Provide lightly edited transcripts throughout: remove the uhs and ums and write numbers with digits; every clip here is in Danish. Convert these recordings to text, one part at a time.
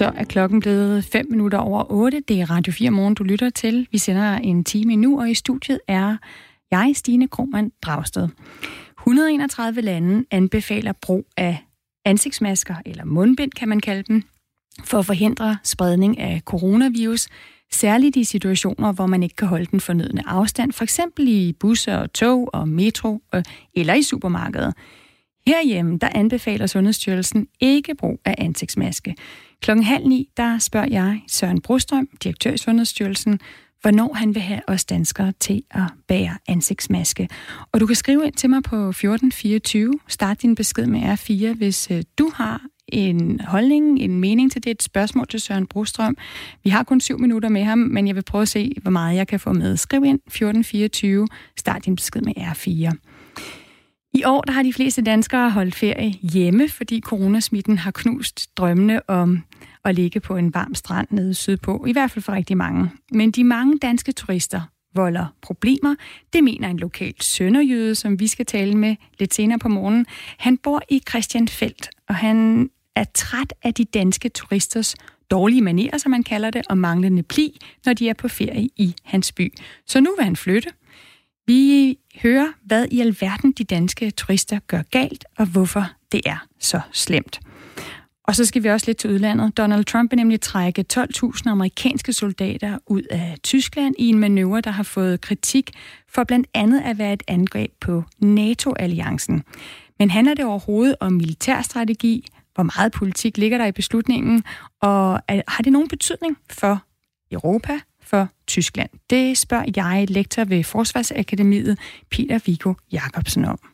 Så er klokken blevet 5 minutter over 8. Det er Radio 4 Morgen, du lytter til. Vi sender en time nu, og i studiet er jeg, Stine Krohmann Dragsted. 131 lande anbefaler brug af ansigtsmasker, eller mundbind kan man kalde dem, for at forhindre spredning af coronavirus, særligt i situationer, hvor man ikke kan holde den fornødne afstand, for eksempel i busser og tog og metro eller i supermarkedet. Herhjemme, der anbefaler Sundhedsstyrelsen ikke brug af ansigtsmaske. 8:30, der spørger jeg Søren Brostrøm, direktør i Sundhedsstyrelsen, hvornår han vil have os danskere til at bære ansigtsmaske. Og du kan skrive ind til mig på 1424. Start din besked med R4, hvis du har en holdning, en mening til det, et spørgsmål til Søren Brostrøm. Vi har kun 7 minutter med ham, men jeg vil prøve at se, hvor meget jeg kan få med. Skriv ind 1424. Start din besked med R4. I år der har de fleste danskere holdt ferie hjemme, fordi coronasmitten har knust drømmene om at ligge på en varm strand nede sydpå, i hvert fald for rigtig mange. Men de mange danske turister volder problemer. Det mener en lokal sønderjyde, som vi skal tale med lidt senere på morgenen. Han bor i Christiansfeld, og han er træt af de danske turisters dårlige manerer, som man kalder det, og manglende pli, når de er på ferie i hans by. Så nu vil han flytte. Vi hører, hvad i alverden de danske turister gør galt, og hvorfor det er så slemt. Og så skal vi også lidt til udlandet. Donald Trump vil nemlig trække 12.000 amerikanske soldater ud af Tyskland i en manøvre, der har fået kritik for blandt andet at være et angreb på NATO-alliancen. Men handler det overhovedet om militærstrategi? Hvor meget politik ligger der i beslutningen? Og har det nogen betydning for Europa, for Tyskland? Det spørger jeg lektor ved Forsvarsakademiet, Peter Viggo Jacobsen, om.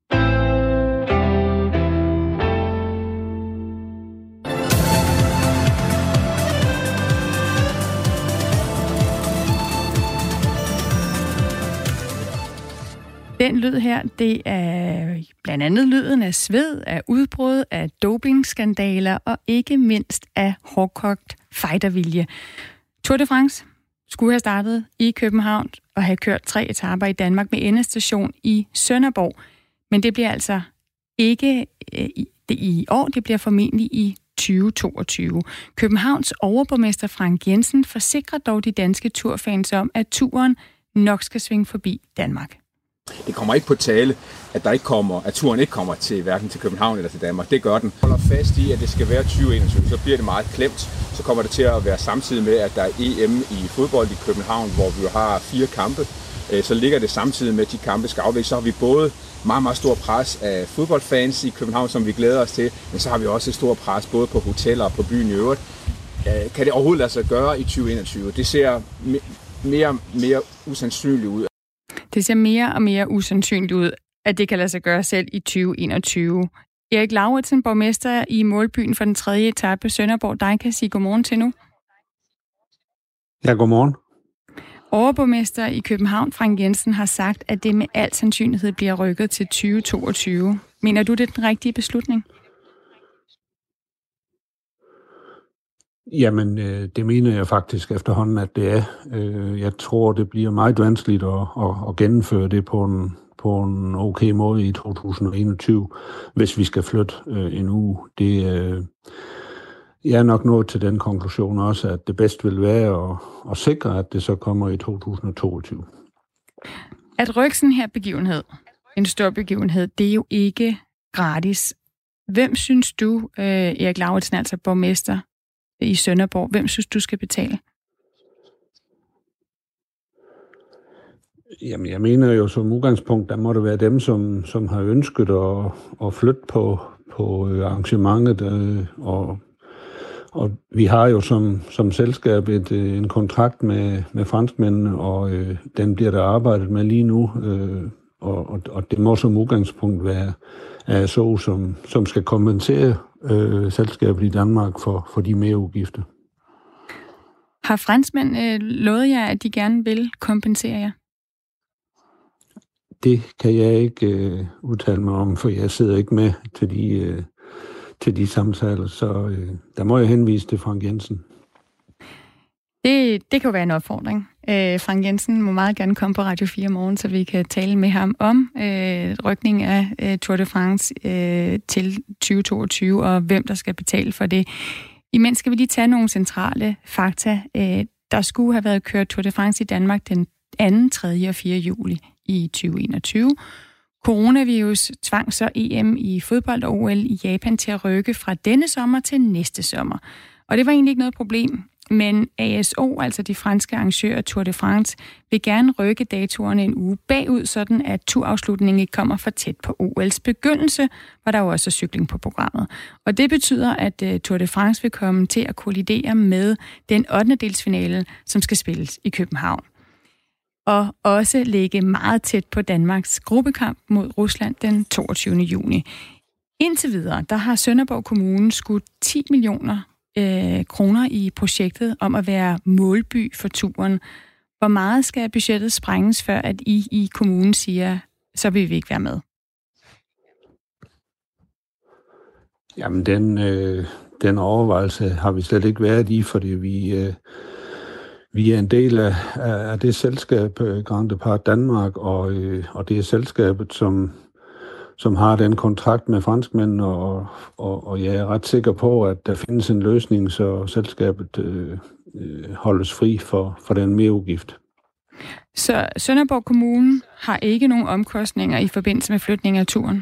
Den lyd her, det er blandt andet lyden af sved, af udbrud, af dopingskandaler og ikke mindst af hårdkogt fightervilje. Tour de France skulle have startet i København og have kørt 3 etaper i Danmark med endestation i Sønderborg. Men det bliver altså ikke i år, det bliver formentlig i 2022. Københavns overborgmester Frank Jensen forsikrer dog de danske turfans om, at turen nok skal svinge forbi Danmark. Det kommer ikke på tale, at turen ikke kommer til hverken til København eller til Danmark. Det gør den. Holder fast i, at det skal være 2021, så bliver det meget klemt. Så kommer det til at være samtidig med, at der er EM i fodbold i København, hvor vi har 4 kampe. Så ligger det samtidig med, at de kampe skal afvikles. Så har vi både meget, meget stor pres af fodboldfans i København, som vi glæder os til, men så har vi også et stort pres både på hoteller og på byen i øvrigt. Kan det overhovedet lade sig gøre i 2021? Det ser mere usandsynligt ud. Det ser mere og mere usandsynligt ud, at det kan lade sig gøre selv i 2021. Erik Lauritsen, borgmester i målbyen for den 3. etape Sønderborg, dig kan sige godmorgen til nu. Ja, godmorgen. Overborgmester i København, Frank Jensen, har sagt, at det med al sandsynlighed bliver rykket til 2022. Mener du, det er den rigtige beslutning? Jamen, det mener jeg faktisk efterhånden, at det er. Jeg tror, det bliver meget vanskeligt at gennemføre det på en okay måde i 2021, hvis vi skal flytte en uge. Jeg er nok nået til den konklusion også, at det bedste vil være at sikre, at det så kommer i 2022. At rykke sådan her begivenhed, en stor begivenhed, det er jo ikke gratis. Hvem synes du, Erik Lauritsen, altså borgmester i Sønderborg, hvem synes du skal betale? Jamen, jeg mener jo som udgangspunkt, der må det være dem, som har ønsket at flytte på arrangementet. Og vi har jo som selskab en kontrakt med franskmændene, og den bliver der arbejdet med lige nu. Og det må som udgangspunkt være ASO, som skal kompensere selskabet i Danmark for de merudgifter. Har franskmænd lovet jer, at de gerne vil kompensere jer? Det kan jeg ikke udtale mig om, for jeg sidder ikke med til de samtaler, så der må jeg henvise til Frank Jensen. Det kan jo være en opfordring. Frank Jensen må meget gerne komme på Radio 4 morgen, så vi kan tale med ham om rykning af Tour de France til 2022, og hvem der skal betale for det. Imens skal vi lige tage nogle centrale fakta. Der skulle have været kørt Tour de France i Danmark den 2., 3. og 4. juli i 2021. Coronavirus tvang så EM i fodbold og OL i Japan til at rykke fra denne sommer til næste sommer. Og det var egentlig ikke noget problem. Men ASO, altså de franske arrangører Tour de France, vil gerne rykke datoerne en uge bagud, sådan at turafslutningen ikke kommer for tæt på OL's begyndelse, hvor der jo også er cykling på programmet. Og det betyder, at Tour de France vil komme til at kollidere med den 8. finale, som skal spilles i København. Og også ligge meget tæt på Danmarks gruppekamp mod Rusland den 22. juni. Indtil videre, der har Sønderborg Kommune skudt 10 millioner kroner i projektet om at være målby for turen. Hvor meget skal budgettet sprænges, før at I i kommunen siger, så vil vi ikke være med? Jamen, den overvejelse har vi slet ikke været i, fordi vi er en del af det selskab, Grand Depart Danmark, og det er selskabet, som har den kontrakt med franskmændene, og jeg er ret sikker på, at der findes en løsning, så selskabet holdes fri for den merudgift. Så Sønderborg Kommune har ikke nogen omkostninger i forbindelse med flytning af turen?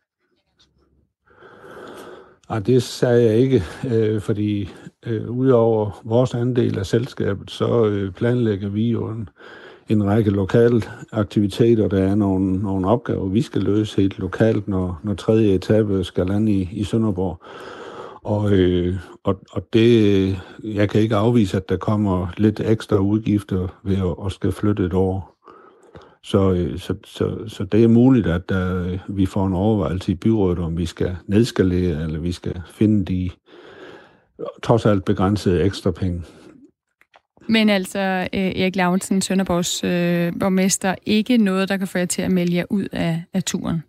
Nej, det sagde jeg ikke, fordi udover vores andel af selskabet, så planlægger vi jo en række lokale aktiviteter. Der er nogle opgaver, vi skal løse helt lokalt, når 3. etape skal lande i Sønderborg. Og det, jeg kan ikke afvise, at der kommer lidt ekstra udgifter ved at skal flytte et år. Så det er muligt, at vi får en overvejelse i byrådet, om vi skal nedskalere, eller vi skal finde de trods alt begrænsede ekstra penge. Men altså, Erik Lauritsen, Sønderborgs borgmester, ikke noget, der kan få jer til at melde jer ud af turen?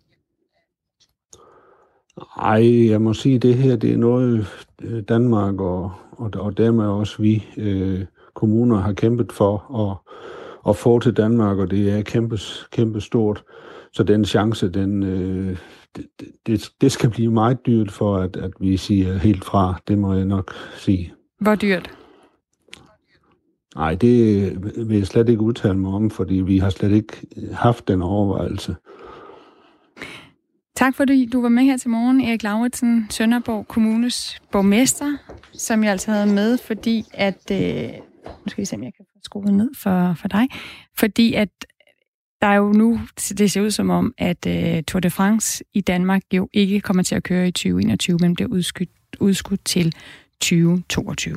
Nej, jeg må sige, at det her det er noget, Danmark og dermed også vi kommuner har kæmpet for at få til Danmark, og det er kæmpe stort. Så den chance, det skal blive meget dyrt for, at vi siger helt fra. Det må jeg nok sige. Hvor dyrt? Nej, det vil jeg slet ikke udtale mig om, fordi vi har slet ikke haft den overvejelse. Tak fordi du var med her til morgen, Erik Lauritsen, Sønderborg Kommunes borgmester, som jeg altså havde med, fordi at... nu skal vi se, om jeg kan få skruet ned for dig. Fordi at der er jo nu, det ser ud som om, at Tour de France i Danmark jo ikke kommer til at køre i 2021, men bliver udskudt til 2022.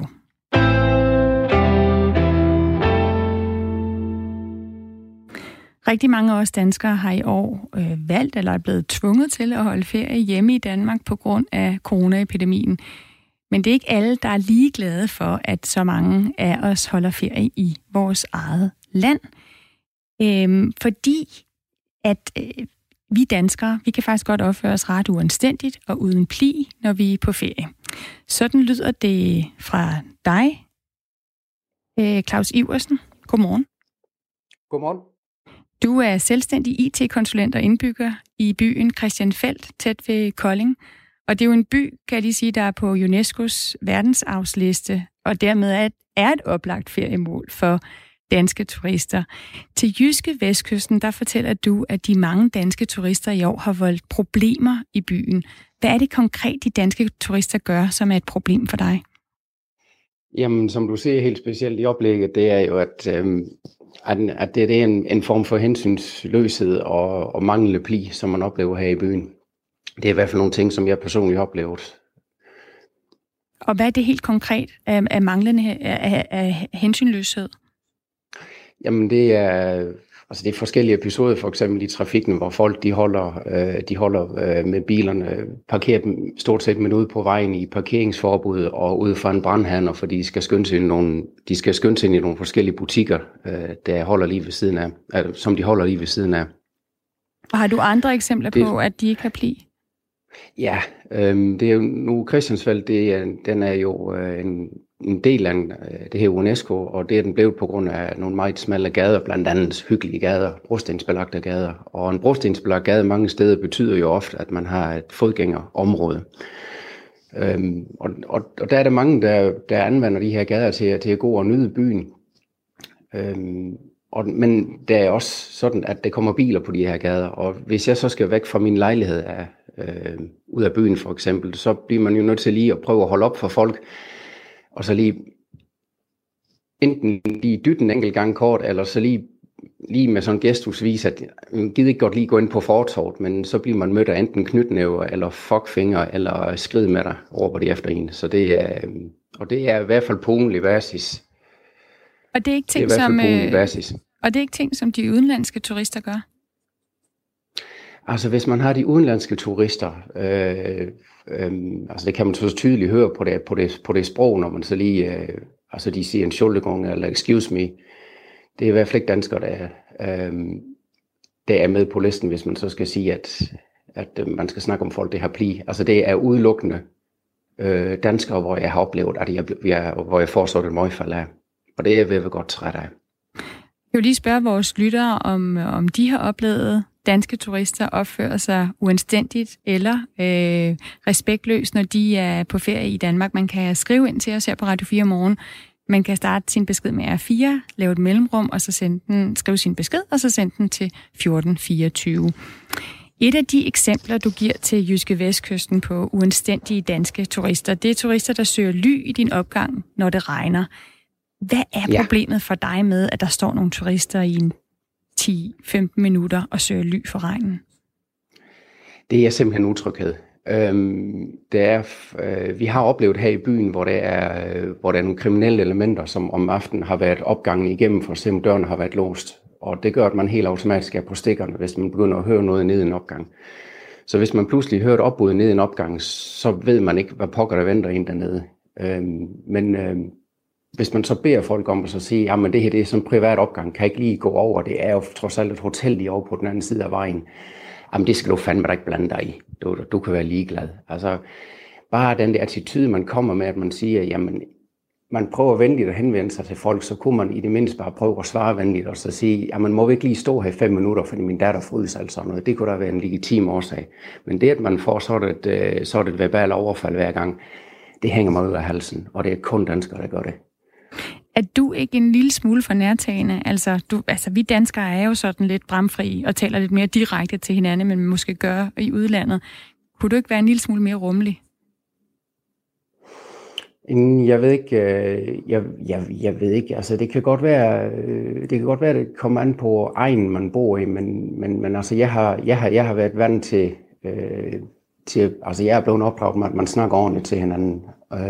Rigtig mange af os danskere har i år valgt eller er blevet tvunget til at holde ferie hjemme i Danmark på grund af coronaepidemien. Men det er ikke alle, der er lige glade for, at så mange af os holder ferie i vores eget land. Fordi at vi danskere, vi kan faktisk godt opføre os ret uanstændigt og uden pli, når vi er på ferie. Sådan lyder det fra dig, Claus Iversen. Godmorgen. Godmorgen. Du er selvstændig IT-konsulent og indbygger i byen Christiansfeld, tæt ved Kolding. Og det er jo en by, kan jeg lige sige, der er på UNESCO's verdensarvsliste, og dermed er et oplagt feriemål for danske turister. Til Jyske Vestkysten, der fortæller du, at de mange danske turister i år har voldt problemer i byen. Hvad er det konkret, de danske turister gør, som er et problem for dig? Jamen, som du ser helt specielt i oplægget, det er jo, at det er en form for hensynsløshed og manglende pli, som man oplever her i byen. Det er i hvert fald nogle ting, som jeg personligt har oplevet. Og hvad er det helt konkret af manglende af hensynløshed? Jamen, det er forskellige episoder, for eksempel i trafikken, hvor folk de holder med bilerne, parkerer dem stort set med ude på vejen i parkeringsforbud og ude for en brandhandler, for de skal skynde sig ind i nogle forskellige butikker, der holder lige ved siden af, som de holder lige ved siden af. Og har du andre eksempler på, at de ikke kan blive? Ja, det er jo nu Christiansfeld, den er jo en del af det her UNESCO, og det er den blevet på grund af nogle meget smalle gader, blandt andet hyggelige gader, brostensbelagte gader. Og en brostensbelagt gade mange steder betyder jo ofte, at man har et fodgængerområde. Og der er der mange, der anvender de her gader til at gå og nyde byen. Men det er også sådan, at der kommer biler på de her gader, og hvis jeg så skal væk fra min lejlighed ud af byen for eksempel, så bliver man jo nødt til lige at prøve at holde op for folk, og så lige enten lige dytte en enkelt gang kort, eller så lige med sådan en gestus vise, at man gider ikke godt lige gå ind på fortovet, men så bliver man mødt af enten knytnæver, eller fuckfinger, eller skrid med dig, råber de efter en. Så det er i hvert fald på ugentlig basis. Og det er ikke ting, som de udenlandske turister gør? Altså hvis man har de udenlandske turister, altså det kan man så tydeligt høre på det sprog, når man så lige, altså de siger en Entschuldigung eller excuse me. Det er i hvert fald ikke danskere, der er med på listen, hvis man så skal sige, at man skal snakke om folk, det har pli. Altså det er udelukkende danskere, hvor jeg har oplevet, hvor jeg får sådan et møgfald af. Og det er jeg ved godt træt af. Jeg vil lige spørge vores lyttere, om de har oplevet danske turister opfører sig uanstændigt eller respektløst, når de er på ferie i Danmark. Man kan skrive ind til os her på Radio 4 Morgen. Man kan starte sin besked med R4, lave et mellemrum, og så skrive sin besked, og så sende den til 1424. Et af de eksempler, du giver til Jyske Vestkysten på uanstændige danske turister, det er turister, der søger ly i din opgang, når det regner. Hvad er problemet for dig med, at der står nogle turister i en 10-15 minutter og søger ly for regnen? Det er simpelthen utryghed. Vi har oplevet her i byen, hvor der er nogle kriminelle elementer, som om aftenen har været opgangen igennem, for eksempel dørene har været låst. Og det gør, at man helt automatisk er på stikkerne, hvis man begynder at høre noget ned i en opgang. Så hvis man pludselig hører et opbud ned i en opgang, så ved man ikke, hvad pokker der venter ind dernede. Hvis man så beder folk om at så sige, at det her det er sådan en privat opgang, kan ikke lige gå over, det er jo trods alt et hotel lige over på den anden side af vejen. Jamen det skal du fandme da ikke blande dig i. Du kan være ligeglad. Altså bare den der attitude, man kommer med, at man siger, jamen man prøver venligt at henvende sig til folk, så kunne man i det mindste bare prøve at svare venligt og så sige, jamen må vi ikke lige stå her i 5 minutter, fordi min datter fryser eller sådan noget. Det kunne da være en legitim årsag. Men det, at man får så et verbalt overfald hver gang, det hænger mig ud af halsen, og det er kun danskere, der gør det. Er du ikke en lille smule for nærtagende? Altså vi danskere er jo sådan lidt bramfri og taler lidt mere direkte til hinanden, men måske gør i udlandet. Kunne du ikke være en lille smule mere rummelig? Jeg ved ikke. Jeg ved ikke. Altså det kan godt være, at det kommer an på egen man bor i, men altså jeg har været vant til altså jeg er blevet opdraget med, at man snakker ordentligt til hinanden.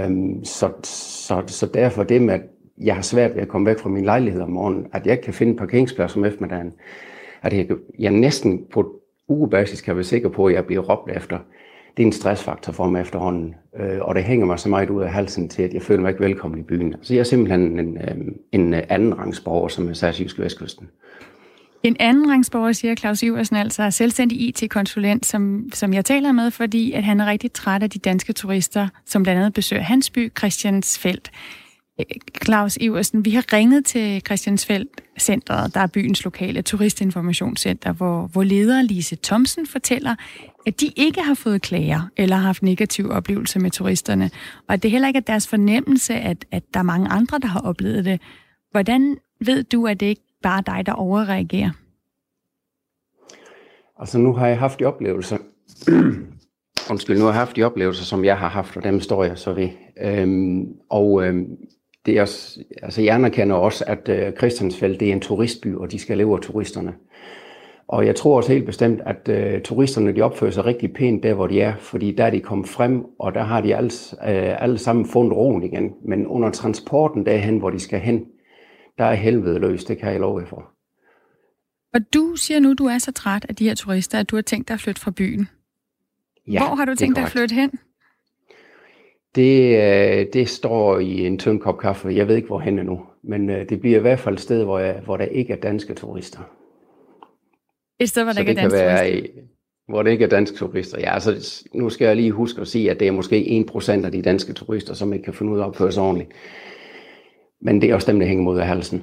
Så derfor det med, at jeg har svært ved at komme væk fra min lejlighed om morgenen, at jeg kan finde en parkeringsplads om eftermiddagen, at jeg næsten på ugebasis kan være sikker på, at jeg bliver råbt efter. Det er en stressfaktor for mig efterhånden, og det hænger mig så meget ud af halsen til, at jeg føler mig ikke velkommen i byen. Så jeg er simpelthen en andenrangsborger, som er særligt Jyske Vestkysten. En andenrangsborger, siger Claus Iversen, altså er selvstændig IT-konsulent, som jeg taler med, fordi at han er rigtig træt af de danske turister, som blandt andet besøger hans by, Christiansfeld. Claus Iversen, vi har ringet til Christiansfeld Centret, der er byens lokale turistinformationscenter, hvor leder Lise Thomsen fortæller, at de ikke har fået klager eller har haft negative oplevelser med turisterne, og at det heller ikke er deres fornemmelse, at der er mange andre, der har oplevet det. Hvordan ved du, at det ikke bare er dig, der overreagerer? Altså nu har jeg haft de oplevelser, som jeg har haft, og dem står jeg så ved. Det er også, altså jeg anerkender også, at Christiansfeld det er en turistby, og de skal leve af turisterne. Og jeg tror også helt bestemt, at turisterne de opfører sig rigtig pænt der, hvor de er, fordi der er de kommet frem, og der har de alle sammen fundet roen igen. Men under transporten derhen, hvor de skal hen, der er helvede løs, det kan jeg love jer for. Og du siger nu, du er så træt af de her turister, at du har tænkt dig at flytte fra byen. Ja, hvor har du tænkt dig at flytte hen? Det står i en tynd kop kaffe. Jeg ved ikke, hvor hen endnu. Men det bliver i hvert fald et sted, hvor der ikke er danske turister. Et sted, hvor der ikke er danske turister? Hvor det ikke er danske turister. Ja, altså, nu skal jeg lige huske at sige, at det er måske 1% af de danske turister, som ikke kan finde ud af at opføre sig ordentligt. Men det er også dem, der hænger mod af halsen.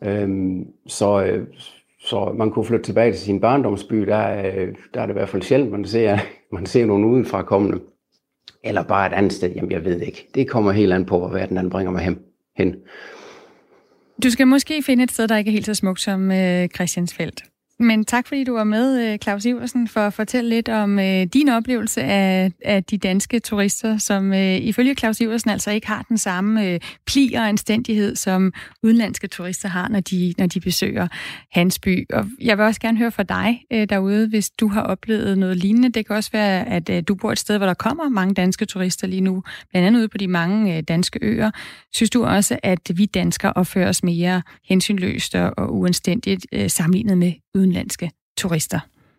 Så man kunne flytte tilbage til sin barndomsby. Der er det i hvert fald sjældent, man ser nogle udenfra kommende. Eller bare et andet sted, jamen jeg ved ikke. Det kommer helt an på, hvor verden den bringer mig hen. Du skal måske finde et sted, der ikke er helt så smukt som Christiansfeld. Men tak fordi du var med, Claus Iversen, for at fortælle lidt om din oplevelse af de danske turister, som ifølge Claus Iversen altså ikke har den samme pli og anstændighed, som udenlandske turister har, når de besøger hans by. Og jeg vil også gerne høre fra dig derude, hvis du har oplevet noget lignende. Det kan også være, at du bor et sted, hvor der kommer mange danske turister lige nu, blandt andet ude på de mange danske øer. Synes du også, at vi danskere opfører os mere hensynløst og uanstændigt sammenlignet med udenlandske turister?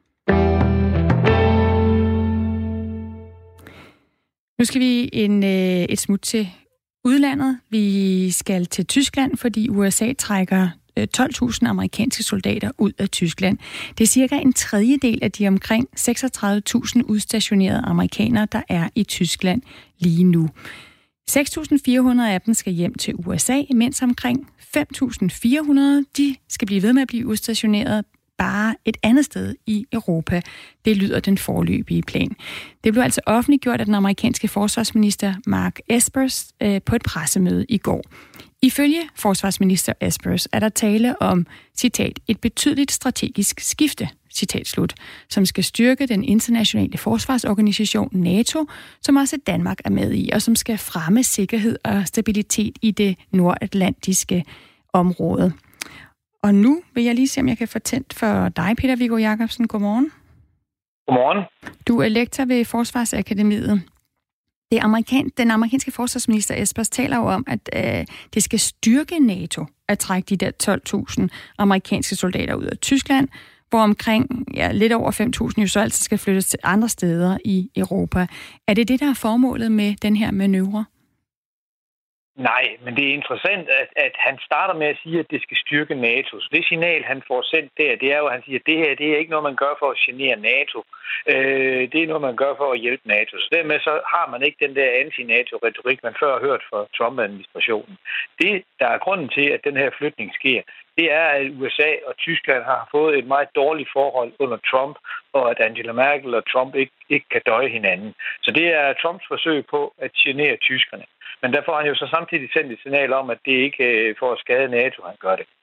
Nu skal vi et smut til udlandet. Vi skal til Tyskland, fordi USA trækker 12.000 amerikanske soldater ud af Tyskland. Det er cirka en tredjedel af de omkring 36.000 udstationerede amerikanere, der er i Tyskland lige nu. 6.400 af dem skal hjem til USA, mens omkring 5.400 de skal blive ved med at blive udstationeret bare et andet sted i Europa. Det lyder den foreløbige plan. Det blev altså offentliggjort af den amerikanske forsvarsminister Mark Espers på et pressemøde i går. Ifølge forsvarsminister Espers er der tale om, citat, et betydeligt strategisk skifte, citat slut, som skal styrke den internationale forsvarsorganisation NATO, som også Danmark er med i, og som skal fremme sikkerhed og stabilitet i det nordatlantiske område. Og nu vil jeg lige se, om jeg kan få tændt for dig, Peter Viggo Jacobsen. Godmorgen. Godmorgen. Du er lektor ved Forsvarsakademiet. Den amerikanske forsvarsminister Espers taler jo om, at det skal styrke NATO at trække de der 12.000 amerikanske soldater ud af Tyskland, hvor omkring lidt over 5.000 jo så altså skal flyttes til andre steder i Europa. Er det det, der er formålet med den her manøvre? Nej, men det er interessant, at han starter med at sige, at det skal styrke NATO. Så det signal, han får sendt der, det er jo, at han siger, at det her det er ikke noget, man gør for at genere NATO. Det er noget, man gør for at hjælpe NATO. Så dermed så har man ikke den der anti-NATO-retorik, man før har hørt fra Trump-administrationen. Det, der er grunden til, at den her flytning sker, det er, at USA og Tyskland har fået et meget dårligt forhold under Trump, og at Angela Merkel og Trump ikke kan døje hinanden. Så det er Trumps forsøg på at genere tyskerne. Men derfor har han jo så samtidig sendt et signal om, at det ikke for at skade NATO, han gør det.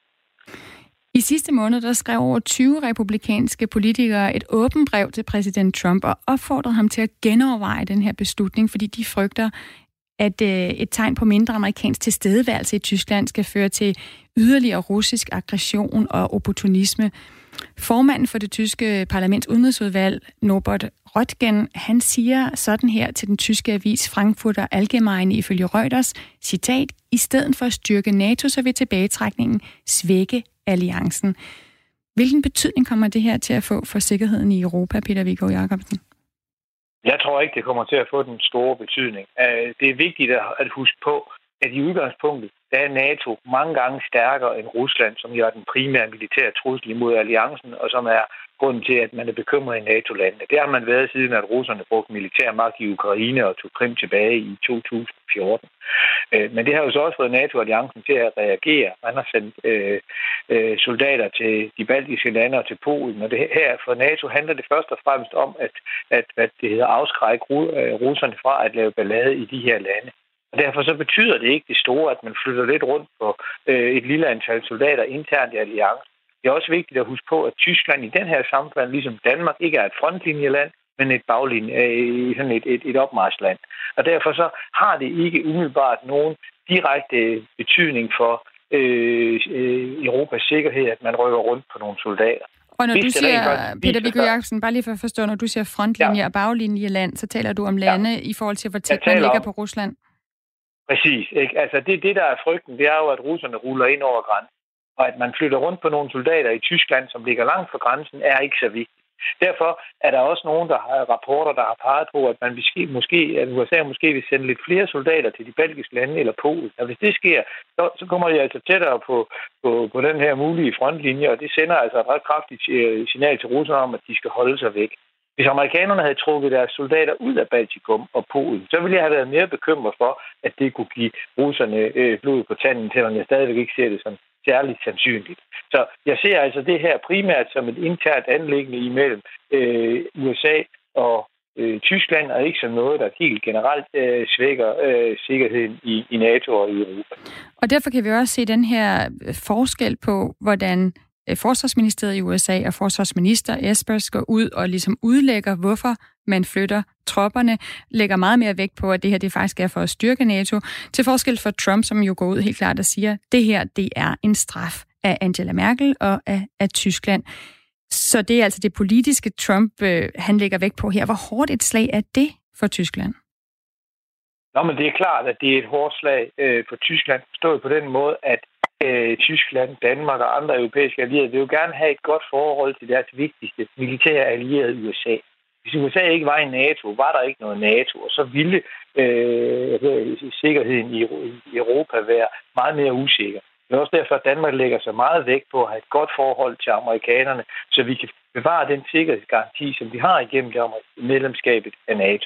I sidste måned der skrev over 20 republikanske politikere et åbent brev til præsident Trump og opfordrede ham til at genoverveje den her beslutning, fordi de frygter, at et tegn på mindre amerikansk tilstedeværelse i Tyskland skal føre til yderligere russisk aggression og opportunisme. Formanden for det tyske parlaments udenrigsudvalg, Norbert Röttgen, han siger sådan her til den tyske avis Frankfurter Allgemeine ifølge Reuters, citat, i stedet for at styrke NATO, så vil tilbagetrækningen svække alliancen. Hvilken betydning kommer det her til at få for sikkerheden i Europa, Peter Viggo Jacobsen? Jeg tror ikke, det kommer til at få den store betydning. Det er vigtigt at huske på, at i udgangspunktet, der er NATO mange gange stærkere end Rusland, som jo er den primære militære trussel imod alliancen, og som er grunden til, at man er bekymret i NATO-landene. Det har man været siden, at russerne brugte militær magt i Ukraine og tog Krim tilbage i 2014. Men det har jo så også fået NATO-alliancen til at reagere. Man har sendt soldater til de baltiske lande og til Polen, og det her for NATO handler det først og fremmest om, at hvad det hedder, afskrække russerne fra at lave ballade i de her lande. Og derfor så betyder det ikke det store, at man flytter lidt rundt på et lille antal soldater internt i alliancen. Det er også vigtigt at huske på, at Tyskland i den her samfund, ligesom Danmark, ikke er et frontlinjeland, men et baglinje, sådan et opmarchland. Og derfor så har det ikke umiddelbart nogen direkte betydning for Europas sikkerhed, at man rykker rundt på nogle soldater. Og når du siger, Peter Viggo Jacobsen, bare lige for at forstå, når du siger frontlinje og baglinjeland, så taler du om lande i forhold til, hvor tæt man ligger på Rusland. Præcis. Ikke? Altså det, der er frygten, det er jo, at russerne ruller ind over grænsen. Og at man flytter rundt på nogle soldater i Tyskland, som ligger langt fra grænsen, er ikke så vigtigt. Derfor er der også nogen, der har rapporter, der har peget på, at man at USA måske vil sende lidt flere soldater til de baltiske lande eller Polen. Og hvis det sker, så kommer de altså tættere på den her mulige frontlinje, og det sender altså et ret kraftigt signal til russerne om, at de skal holde sig væk. Hvis amerikanerne havde trukket deres soldater ud af Baltikum og Polen, så ville jeg have været mere bekymret for, at det kunne give russerne blod på tanden, selvom jeg stadigvæk ikke ser det som særligt sandsynligt. Så jeg ser altså det her primært som et internt anliggende imellem USA Tyskland, og ikke som noget, der helt generelt svækker sikkerheden i NATO og i Europa. Og derfor kan vi også se den her forskel på, hvordan Forsvarsministeriet i USA og forsvarsminister Espers går ud og ligesom udlægger, hvorfor man flytter tropperne, lægger meget mere vægt på, at det her det faktisk er for at styrke NATO, til forskel for Trump, som jo går ud helt klart og siger, at det her det er en straf af Angela Merkel og af Tyskland. Så det er altså det politiske Trump, han lægger vægt på her. Hvor hårdt et slag er det for Tyskland? Nå, men det er klart, at det er et hårdt slag for Tyskland, forstået på den måde, at Tyskland, Danmark og andre europæiske allierede vil jo gerne have et godt forhold til deres vigtigste militære allierede USA. Hvis USA ikke var i NATO, var der ikke noget NATO, og så ville sikkerheden i Europa være meget mere usikker. Det er også derfor, at Danmark lægger så meget vægt på at have et godt forhold til amerikanerne, så vi kan bevare den sikkerhedsgaranti, som vi har igennem det medlemskabet af NATO.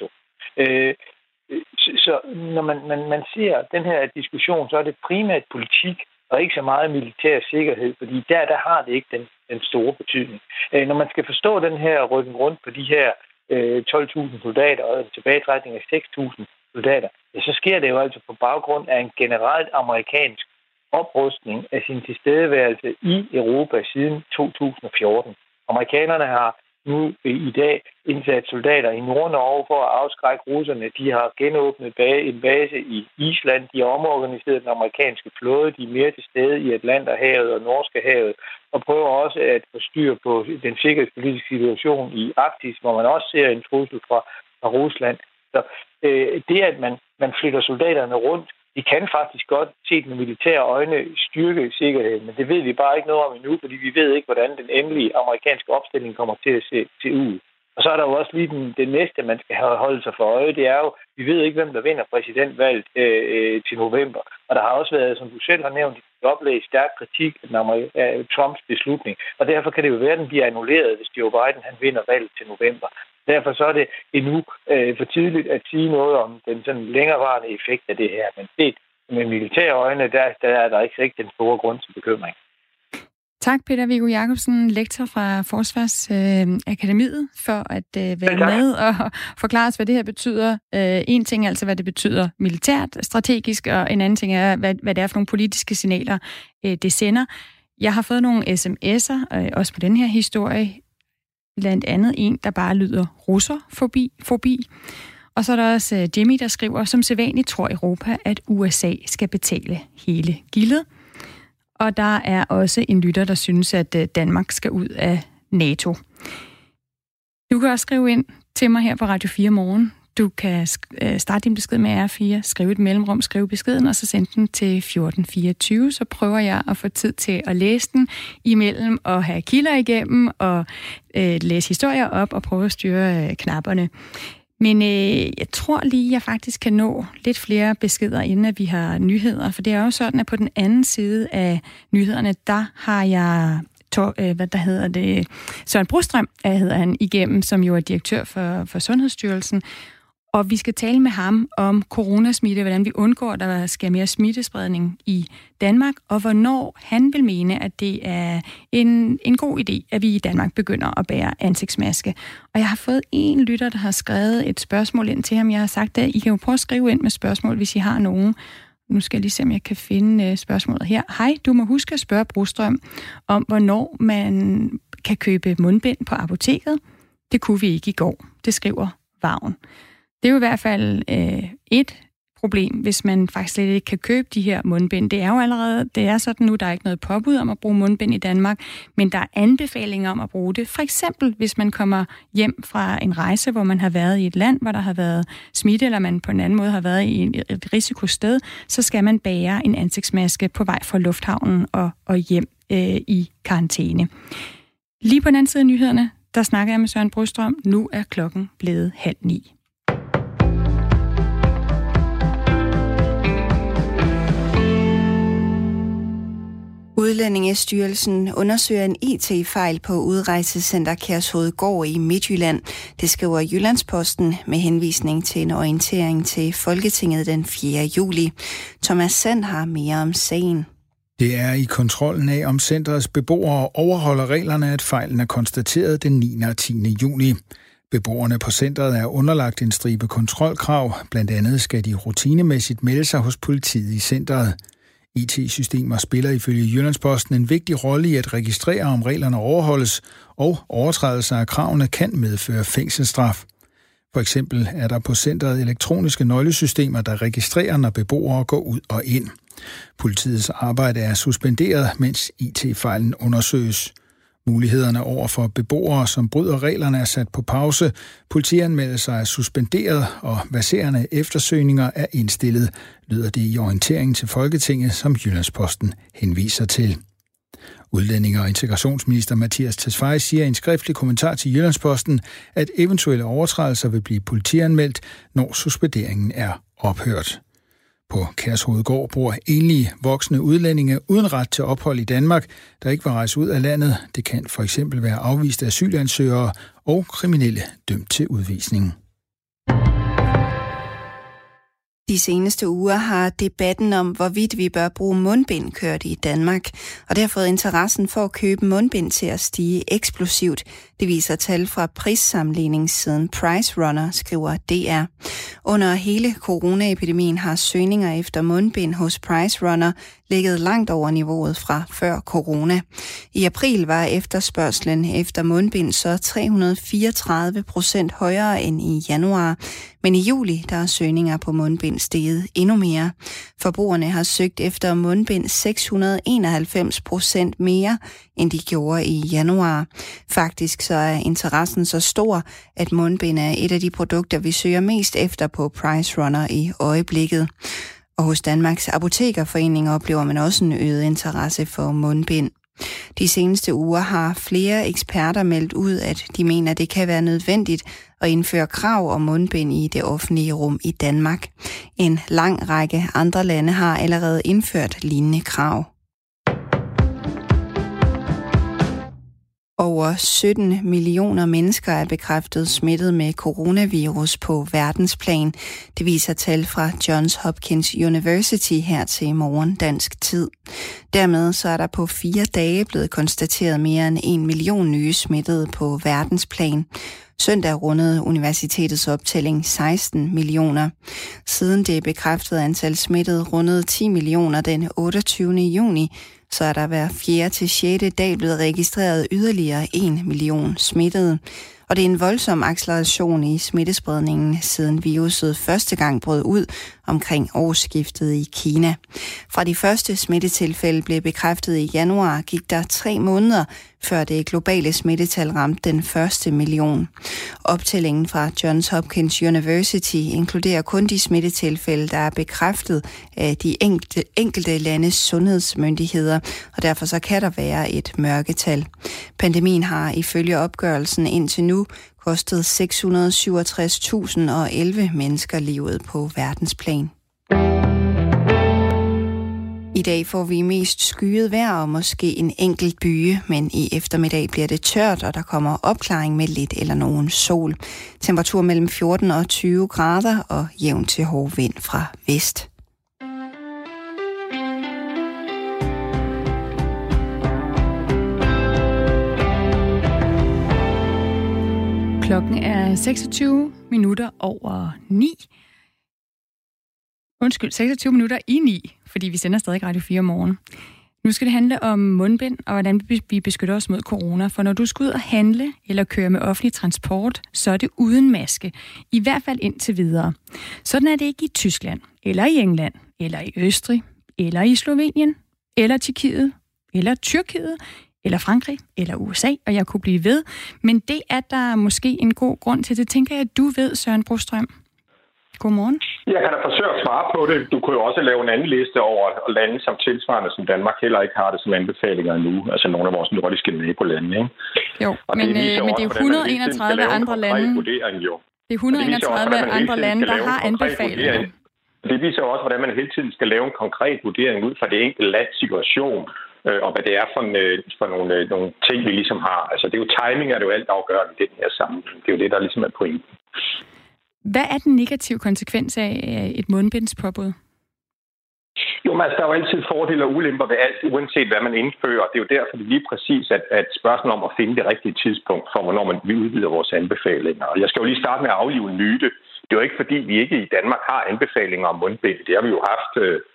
Så når man ser den her diskussion, så er det primært politik, og ikke så meget militær sikkerhed, fordi der har det ikke den store betydning. Når man skal forstå den her rykken rundt på de her 12.000 soldater og en tilbagetrækning af 6.000 soldater, ja, så sker det jo altså på baggrund af en generelt amerikansk oprustning af sin tilstedeværelse i Europa siden 2014. Amerikanerne har nu i dag indsat soldater i Nord-Norge for at afskrække russerne. De har genåbnet en base i Island. De har omorganiseret den amerikanske flåde. De er mere til stede i Atlanterhavet og Norskehavet og prøver også at få styr på den sikkerhedspolitiske situation i Arktis, hvor man også ser en trussel fra Rusland. Så det, at man flytter soldaterne rundt, de kan faktisk godt, set med militære øjne, styrke sikkerheden, men det ved vi bare ikke noget om endnu, fordi vi ved ikke, hvordan den endelige amerikanske opstilling kommer til at se ud. Og så er der jo også lige det næste, man skal holde sig for øje, det er jo, vi ved ikke, hvem der vinder præsidentvalget til november. Og der har også været, som du selv har nævnt, oplæst stærk kritik af Trumps beslutning, og derfor kan det jo være, at den bliver annulleret, hvis Joe Biden han vinder valget til november. Derfor så er det endnu for tidligt at sige noget om den sådan længerevarende effekt af det her. Men set med militære øjne, der er der ikke den store grund til bekymring. Tak, Peter Viggo Jacobsen, lektor fra Forsvarsakademiet, for at være med og forklare os, hvad det her betyder. En ting er altså, hvad det betyder militært, strategisk, og en anden ting er, hvad det er for nogle politiske signaler, det sender. Jeg har fået nogle sms'er, også på den her historie, blandt andet en, der bare lyder russerfobi. Og så er der også Jimmy, der skriver, som sædvanligt tror Europa, at USA skal betale hele gildet. Og der er også en lytter, der synes, at Danmark skal ud af NATO. Du kan også skrive ind til mig her på Radio 4 Morgen. Du kan starte din besked med R4, skrive et mellemrum, skrive beskeden, og så sende den til 1424. Så prøver jeg at få tid til at læse den imellem og have kilder igennem og læse historier op og prøve at styre knapperne. Men jeg tror lige, jeg faktisk kan nå lidt flere beskeder, inden at vi har nyheder. For det er jo sådan, at på den anden side af nyhederne, der har jeg Søren Brostrøm, hedder han, igennem, som jo er direktør for Sundhedsstyrelsen. Og vi skal tale med ham om coronasmitte, hvordan vi undgår, at der sker mere smittespredning i Danmark, og hvornår han vil mene, at det er en god idé, at vi i Danmark begynder at bære ansigtsmaske. Og jeg har fået en lytter, der har skrevet et spørgsmål ind til ham. Jeg har sagt, at I kan jo prøve at skrive ind med spørgsmål, hvis I har nogen. Nu skal jeg lige se, om jeg kan finde spørgsmålet her. Hej, du må huske at spørge Brostrøm om, hvornår man kan købe mundbind på apoteket. Det kunne vi ikke i går. Det skriver Vagn. Det er jo i hvert fald et problem, hvis man faktisk slet ikke kan købe de her mundbind. Det er jo allerede, det er sådan nu, der er ikke noget påbud om at bruge mundbind i Danmark, men der er anbefalinger om at bruge det. For eksempel, hvis man kommer hjem fra en rejse, hvor man har været i et land, hvor der har været smitte, eller man på en anden måde har været i et risikosted, så skal man bære en ansigtsmaske på vej fra lufthavnen og hjem i karantæne. Lige på den anden side af nyhederne, der snakker jeg med Søren Brostrøm. Nu er klokken blevet 8:30. Udlændingestyrelsen undersøger en IT-fejl på Udrejsecenter Kærshovedgård i Midtjylland. Det skriver Jyllandsposten med henvisning til en orientering til Folketinget den 4. juli. Thomas Sand har mere om sagen. Det er i kontrollen af, om centrets beboere overholder reglerne, at fejlen er konstateret den 9. og 10. juni. Beboerne på centret er underlagt en stribe kontrolkrav. Blandt andet skal de rutinemæssigt melde sig hos politiet i centret. IT-systemer spiller ifølge Jyllandsposten en vigtig rolle i at registrere, om reglerne overholdes, og overtrædelser af kravene kan medføre fængselsstraf. For eksempel er der på centret elektroniske nøglesystemer, der registrerer, når beboere går ud og ind. Politiets arbejde er suspenderet, mens IT-fejlen undersøges. Mulighederne over for beboere, som bryder reglerne, er sat på pause. Politianmeldelser er suspenderet, og verserende eftersøgninger er indstillet, lyder det i orienteringen til Folketinget, som Jyllandsposten henviser til. Udlændinge- og integrationsminister Mattias Tesfaye siger i en skriftlig kommentar til Jyllandsposten, at eventuelle overtrædelser vil blive politianmeldt, når suspenderingen er ophørt. På Kærshovedgård bor enlige voksne udlændinge uden ret til ophold i Danmark, der ikke vil rejse ud af landet. Det kan for eksempel være afviste asylansøgere og kriminelle dømt til udvisning. De seneste uger har debatten om, hvorvidt vi bør bruge mundbind, kørt i Danmark, og det har fået interessen for at købe mundbind til at stige eksplosivt. Det viser tal fra prissammenligningssiden PriceRunner, skriver DR. Under hele coronaepidemien har søgninger efter mundbind hos PriceRunner ligget langt over niveauet fra før corona. I april var efterspørgslen efter mundbind så 334% højere end i januar, men i juli der er søgninger på mundbind steget endnu mere. Forbrugerne har søgt efter mundbind 691% mere, end de gjorde i januar. Faktisk så er interessen så stor, at mundbind er et af de produkter, vi søger mest efter på PriceRunner i øjeblikket. Og hos Danmarks Apotekerforening oplever man også en øget interesse for mundbind. De seneste uger har flere eksperter meldt ud, at de mener, at det kan være nødvendigt at indføre krav om mundbind i det offentlige rum i Danmark. En lang række andre lande har allerede indført lignende krav. Over 17 millioner mennesker er bekræftet smittet med coronavirus på verdensplan. Det viser tal fra Johns Hopkins University her til morgen dansk tid. Dermed så er der på 4 dage blevet konstateret mere end 1 million nye smittede på verdensplan. Søndag rundede universitetets optælling 16 millioner. Siden det bekræftede antal smittede rundede 10 millioner den 28. juni, så er der hver 4. til 6. dag blevet registreret yderligere 1 million smittede. Og det er en voldsom acceleration i smittespredningen, siden viruset første gang brød ud omkring årsskiftet i Kina. Fra de første smittetilfælde blev bekræftet i januar, gik der 3 måneder, før det globale smittetal ramte den første million. Optællingen fra Johns Hopkins University inkluderer kun de smittetilfælde, der er bekræftet af de enkelte landes sundhedsmyndigheder, og derfor så kan der være et mørketal. Pandemien har ifølge opgørelsen indtil nu kostet 667.011 mennesker livet på verdensplan. I dag får vi mest skyet vejr og måske en enkelt byge, men i eftermiddag bliver det tørt, og der kommer opklaring med lidt eller nogen sol. Temperatur mellem 14 og 20 grader og jævn til hård vind fra vest. Klokken er 26 minutter over 9. 26 minutter i 9, fordi vi sender stadig Radio 4 morgen. Nu skal det handle om mundbind og hvordan vi beskytter os mod corona. For når du skal ud og handle eller køre med offentlig transport, så er det uden maske. I hvert fald indtil videre. Sådan er det ikke i Tyskland, eller i England, eller i Østrig, eller i Slovenien, eller Tjekkiet, eller Tyrkiet, eller Frankrig, eller USA, og jeg kunne blive ved. Men det er der måske en god grund til. Det tænker jeg, at du ved, Søren Brostrøm. Godmorgen. Jeg kan da forsøge at svare på det. Du kunne jo også lave en anden liste over lande, som tilsvarende, som Danmark heller ikke har det som anbefalinger endnu. Altså nogle af vores nordiske nabolande, ikke? Jo, men det er 131 andre lande. Det er 131 andre lande, der har anbefalinger. Det viser jo også, hvordan man hele tiden skal lave en konkret vurdering ud fra det enkelte lands situation, og hvad det er for nogle ting, vi ligesom har. Altså det er jo timing, er det jo alt afgørende i den her sammenhæng. Det er jo det, der ligesom er pointen. Hvad er den negative konsekvens af et mundbindspåbud? Jo, men der er jo altid fordele og ulemper ved alt, uanset hvad man indfører. Det er jo derfor, det er lige præcis, at spørgsmålet om at finde det rigtige tidspunkt for, hvornår vi udvider vores anbefalinger. Og jeg skal jo lige starte med at aflive en myte. Det er jo ikke, fordi vi ikke i Danmark har anbefalinger om mundbind. Det har vi jo haft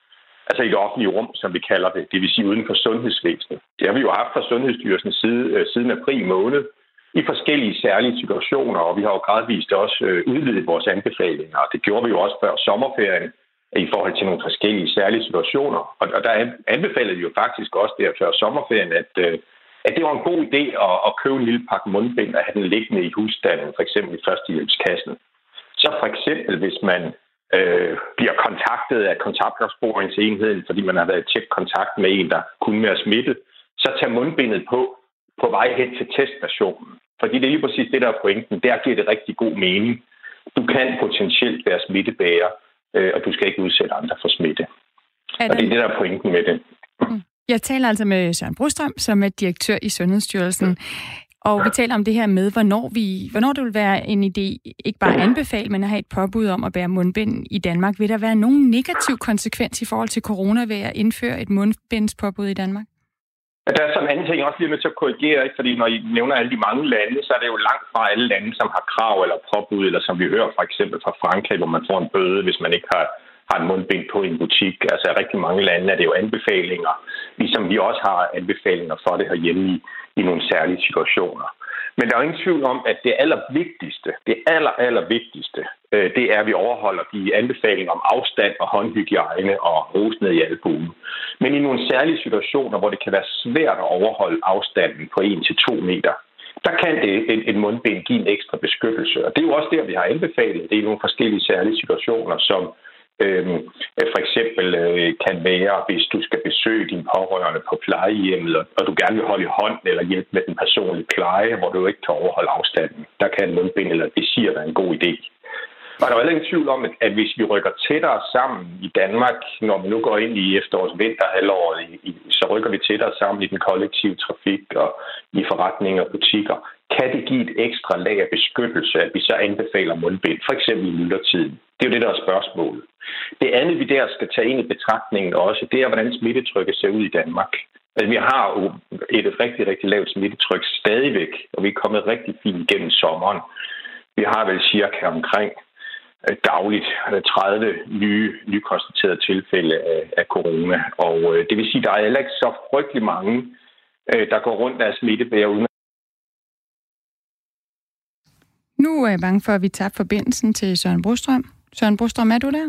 i det offentlige rum, som vi kalder det. Det vil sige uden for sundhedsvæsenet. Det har vi jo haft fra Sundhedsstyrelsens side siden april måned i forskellige særlige situationer, og vi har jo gradvist også udvidet vores anbefalinger. Og det gjorde vi jo også før sommerferien i forhold til nogle forskellige særlige situationer. Og der anbefalede vi jo faktisk også der før sommerferien, at det var en god idé at købe en lille pakke mundbind og have den liggende i husstanden, for eksempel i førstehjælpskassen. Så for eksempel, hvis man bliver kontaktet af kontaktopsporingsenheden, fordi man har været i tæt kontakt med en, der kunne være smittet, så tag mundbindet på vej hen til teststationen. Fordi det er lige præcis det, der er pointen. Der giver det rigtig god mening. Du kan potentielt være smittebærer, og du skal ikke udsætte andre for smitte. Og det er det, der er pointen med det. Jeg taler altså med Søren Brostrøm, som er direktør i Sundhedsstyrelsen. Og vi taler om det her med, hvornår det vil være en idé, ikke bare at anbefale, men at have et påbud om at bære mundbind i Danmark. Vil der være nogen negativ konsekvens i forhold til corona ved at indføre et mundbindspåbud i Danmark? Der er sådan en anden ting, jeg også lige er nødt til at korrigere, ikke? Fordi når I nævner alle de mange lande, så er det jo langt fra alle lande, som har krav eller påbud, eller som vi hører for eksempel fra Frankrig, hvor man får en bøde, hvis man ikke har en mundbind på i en butik. Altså i rigtig mange lande er det jo anbefalinger, ligesom vi også har anbefalinger for det herhjemme i nogle særlige situationer. Men der er jo ingen tvivl om, at det allervigtigste, det er, at vi overholder de anbefalinger om afstand og håndhygiejne og hos ned i albuen. Men i nogle særlige situationer, hvor det kan være svært at overholde afstanden på 1-2 meter, der kan et mundbind give en ekstra beskyttelse. Og det er jo også der, vi har anbefalet. Det er nogle forskellige særlige situationer, som for eksempel kan være, hvis du skal besøge dine pårørende på plejehjemmet, og du gerne vil holde i hånd eller hjælpe med den personlige pleje, hvor du ikke kan overholde afstanden. Der kan en mundbind eller et visir være en god idé. Og der er heller ingen tvivl om, at hvis vi rykker tættere sammen i Danmark, når vi nu går ind i efterårs vinterhalvåret, så rykker vi tættere sammen i den kollektive trafik og i forretninger og butikker, kan det give et ekstra lag af beskyttelse, at vi så anbefaler mundbind, for eksempel i myldretiden. Det er jo det, der er spørgsmålet. Det andet, vi der skal tage ind i betragtningen også, det er, hvordan smittetrykket ser ud i Danmark. Altså, vi har jo et rigtig, rigtig lavt smittetryk stadigvæk, og vi er kommet rigtig fint gennem sommeren. Vi har vel cirka omkring dagligt 30 nye konstaterede tilfælde af corona. Og det vil sige, at der er heller ikke så frygtelig mange, der går rundt af smittebærer uden. Nu er jeg bange for, at vi tabte forbindelsen til Søren Brostrøm. Søren Brostrøm, er du der?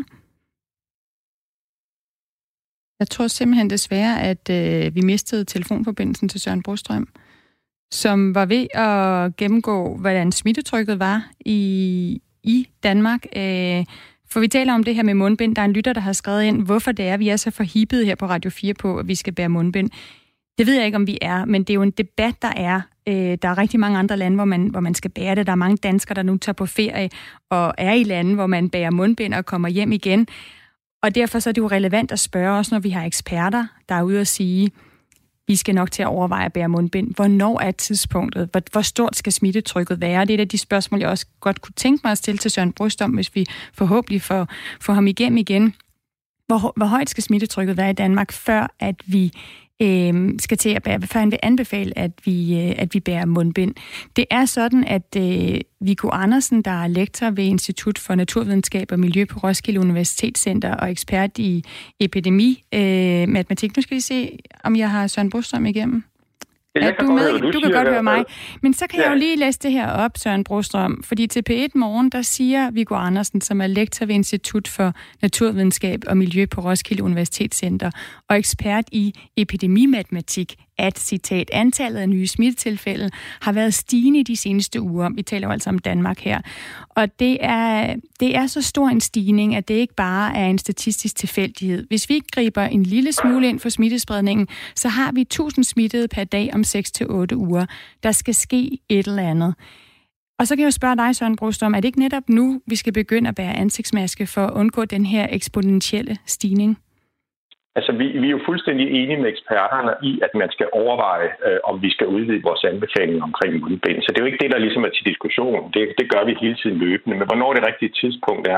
Jeg tror simpelthen desværre, at vi mistede telefonforbindelsen til Søren Brostrøm, som var ved at gennemgå, hvordan smittetrykket var i Danmark. For vi taler om det her med mundbind. Der er en lytter, der har skrevet ind, hvorfor det er, vi er så forhippede her på Radio 4 på, at vi skal bære mundbind. Det ved jeg ikke, om vi er, men det er jo en debat, der er. Der er rigtig mange andre lande, hvor man skal bære det. Der er mange danskere, der nu tager på ferie og er i lande, hvor man bærer mundbind og kommer hjem igen. Og derfor så er det jo relevant at spørge os, når vi har eksperter, der er ude at sige, vi skal nok til at overveje at bære mundbind. Hvornår er tidspunktet? Hvor stort skal smittetrykket være? Det er et af de spørgsmål, jeg også godt kunne tænke mig at stille til Søren Brostrøm, hvis vi forhåbentlig får ham igennem igen. Hvor højt skal smittetrykket være i Danmark, før at vi skal til at bære, før han vil anbefale, at vi bærer mundbind. Det er sådan, at Viggo Andersen, der er lektor ved Institut for Naturvidenskab og Miljø på Roskilde Universitetscenter og ekspert i epidemi-matematik. Nu skal vi se, om jeg har Søren Brostrøm igennem. Ja, du kan godt høre mig. Men så kan jeg jo lige læse det her op, Søren Brostrøm, fordi til P1 Morgen, der siger Viggo Andersen, som er lektor ved Institut for Naturvidenskab og Miljø på Roskilde Universitetscenter og ekspert i epidemimatematik, at, citat, antallet af nye smittetilfælde har været stigende i de seneste uger. Vi taler jo altså om Danmark her. Og det er så stor en stigning, at det ikke bare er en statistisk tilfældighed. Hvis vi ikke griber en lille smule ind for smittespredningen, så har vi 1000 smittede per dag om 6-8 uger. Der skal ske et eller andet. Og så kan jeg jo spørge dig, Søren Brostrøm, er det ikke netop nu, vi skal begynde at bære ansigtsmaske for at undgå den her eksponentielle stigning? Altså, vi er jo fuldstændig enige med eksperterne i, at man skal overveje, om vi skal udvide vores anbefalinger omkring mundbind. Så det er jo ikke det, der ligesom er til diskussion. Det gør vi hele tiden løbende. Men hvornår det rigtige tidspunkt er,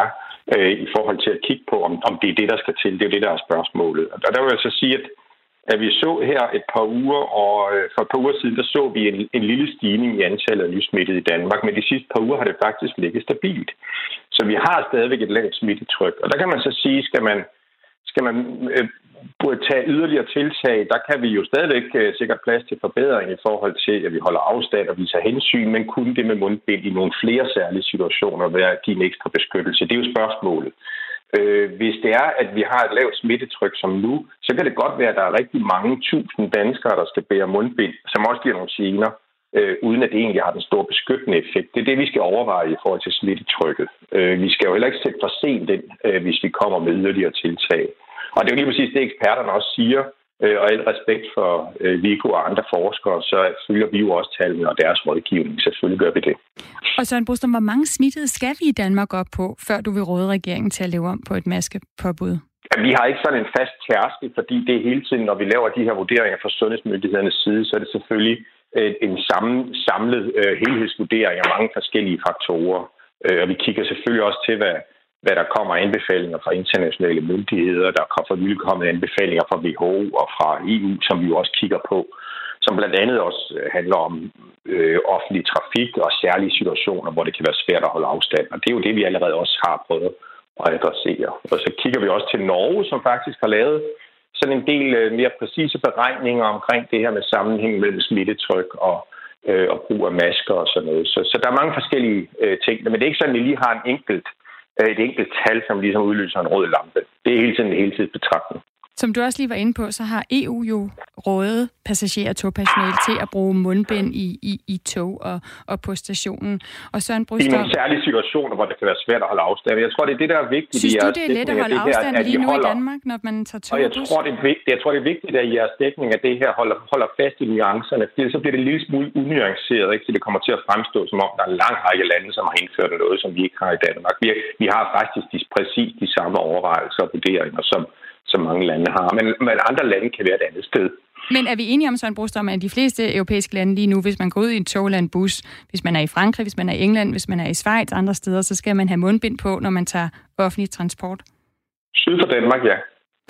i forhold til at kigge på, om det er det, der skal til. Det er jo det, der er spørgsmålet. Og der vil jeg så sige, at vi så her et par uger, og for et par uger siden, der så vi en lille stigning i antallet af nysmittede i Danmark, men de sidste par uger har det faktisk ligget stabilt. Så vi har stadigvæk et lavt smittetryk. Og der kan man så sige, skal man burde tage yderligere tiltag, der kan vi jo stadigvæk sikkert plads til forbedring i forhold til, at vi holder afstand og viser hensyn, men kunne det med mundbind i nogle flere særlige situationer være at give en ekstra beskyttelse? Det er jo spørgsmålet. Hvis det er, at vi har et lavt smittetryk som nu, så kan det godt være, at der er rigtig mange tusind danskere, der skal bære mundbind, som også giver nogle gener, uden at det egentlig har den store beskyttende effekt. Det er det, vi skal overveje i forhold til smittetrykket. Vi skal jo heller ikke sætte for sent ind, hvis vi kommer med yderligere tiltag. Og det er jo lige præcis det, eksperterne også siger, og al respekt for Viggo og andre forskere, så følger vi jo også tallene og deres rådgivning. Selvfølgelig gør vi det. Og Søren Brostrøm, hvor mange smittede skal vi i Danmark op på, før du vil råde regeringen til at leve om på et maskepåbud? Ja, vi har ikke sådan en fast tærskel, fordi det er hele tiden, når vi laver de her vurderinger fra sundhedsmyndighedernes side, så er det selvfølgelig en samlet helhedsvurdering af mange forskellige faktorer. Og vi kigger selvfølgelig også til, hvad der kommer af anbefalinger fra internationale myndigheder. Der kan for nylig komme anbefalinger fra WHO og fra EU, som vi jo også kigger på, som blandt andet også handler om offentlig trafik og særlige situationer, hvor det kan være svært at holde afstand. Og det er jo det, vi allerede også har prøvet at adressere. Og så kigger vi også til Norge, som faktisk har lavet sådan en del mere præcise beregninger omkring det her med sammenhæng mellem smittetryk og brug af masker og sådan noget. Så der er mange forskellige ting, men det er ikke sådan, at vi lige har et enkelt tal, som ligesom udløser en rød lampe. Det er hele tiden en heltidsbetragtning. Som du også lige var inde på, så har EU jo rådet passagerer og togpersonale til at bruge mundbind i tog og på stationen. Og Søren Brostrøm... I nogle særlige situationer, hvor det kan være svært at holde afstand. Jeg tror, det er det, der er vigtigt. Synes du, det er let at holde afstand lige nu i Danmark, når man tager tog? Og jeg tror, det er vigtigt, at jeres dækning af det her holder fast i nuancerne, fordi så bliver det en lille smule unuanceret, ikke? Så det kommer til at fremstå, som om der er en lang række lande, som har indført noget, som vi ikke har i Danmark. Vi har faktisk præcis de samme overvejelser og vurderinger, som mange lande har. Men andre lande kan være et andet sted. Men er vi enige om, Søren Brostrøm, at de fleste europæiske lande lige nu, hvis man går ud i en tog eller en bus, hvis man er i Frankrig, hvis man er i England, hvis man er i Schweiz, andre steder, så skal man have mundbind på, når man tager offentlig transport? Syd for Danmark, ja.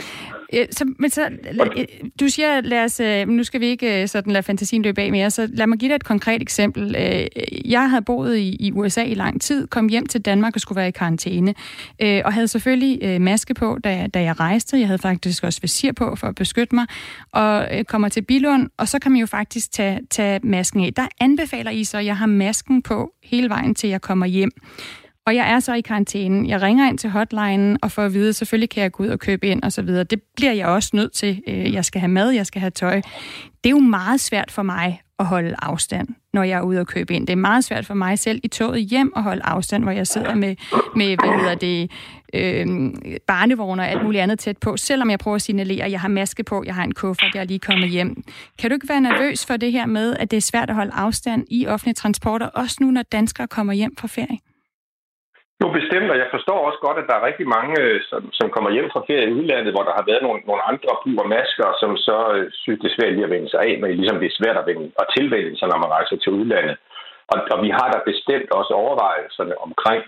Du siger, nu skal vi ikke sådan lade fantasien løbe af mere, så lad mig give dig et konkret eksempel. Jeg havde boet i USA i lang tid, kom hjem til Danmark og skulle være i karantæne, og havde selvfølgelig maske på, da jeg rejste. Jeg havde faktisk også visir på for at beskytte mig, og kommer til Billund, og så kan man jo faktisk tage masken af. Der anbefaler I så, at jeg har masken på hele vejen til jeg kommer hjem. Og jeg er så i karantæne. Jeg ringer ind til hotlinen og får at vide, selvfølgelig kan jeg gå ud og købe ind og så videre. Det bliver jeg også nødt til. Jeg skal have mad, jeg skal have tøj. Det er jo meget svært for mig at holde afstand, når jeg er ude og købe ind. Det er meget svært for mig selv i toget hjem at holde afstand, hvor jeg sidder med barnevogner og alt muligt andet tæt på, selvom jeg prøver at signalere, jeg har maske på, jeg har en kuffert, jeg er lige kommet hjem. Kan du ikke være nervøs for det her med, at det er svært at holde afstand i offentlige transporter, også nu, når danskere kommer hjem fra ferie? Jo, bestemt, og jeg forstår også godt, at der er rigtig mange, som kommer hjem fra ferie i udlandet, hvor der har været nogle andre brug af masker, som så synes, det er svært lige at vende sig af, men ligesom det er svært at tilvælge sig, når man rejser til udlandet. Og vi har da bestemt også overvejelserne omkring,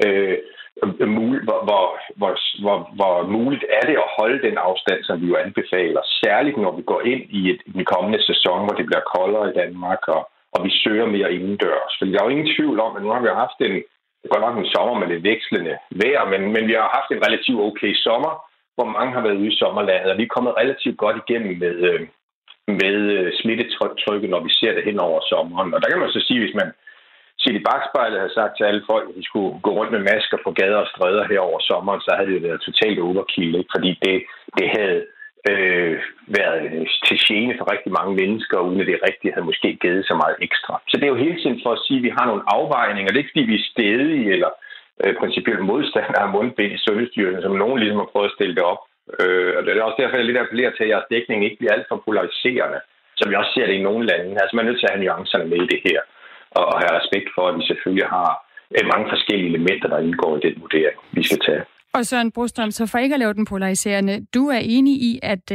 hvor muligt er det at holde den afstand, som vi jo anbefaler, særligt når vi går ind i den kommende sæson, hvor det bliver koldere i Danmark, og vi søger mere indendørs. For der er jo ingen tvivl om, at nu har vi haft godt nok en sommer med lidt vekslende vejr, men vi har haft en relativt okay sommer, hvor mange har været ude i sommerlandet, og vi er kommet relativt godt igennem med smittetrykket, når vi ser det hen over sommeren. Og der kan man så sige, hvis man set i bagspejlet havde sagt til alle folk, at de skulle gå rundt med masker på gader og stræder her over sommeren, så havde det været totalt overkill, ikke? Fordi det havde været til gene for rigtig mange mennesker, uden at det rigtigt havde måske givet så meget ekstra. Så det er jo hele tiden for at sige, at vi har nogle afvejninger. Det er ikke fordi, vi er stædige eller principielt modstandere af mundbind i Sundhedsstyrelsen, som nogen ligesom har prøvet at stille det op. Og det er også derfor, jeg lidt appellerer til, at jeres dækning ikke bliver alt for polariserende, som vi også ser det i nogle lande. Altså man er nødt til at have nuancerne med i det her, og have respekt for, at vi selvfølgelig har mange forskellige elementer, der indgår i den vurdering, vi skal tage. Og Søren Brostrøm, så for ikke at lave den polariserende, du er enig i, at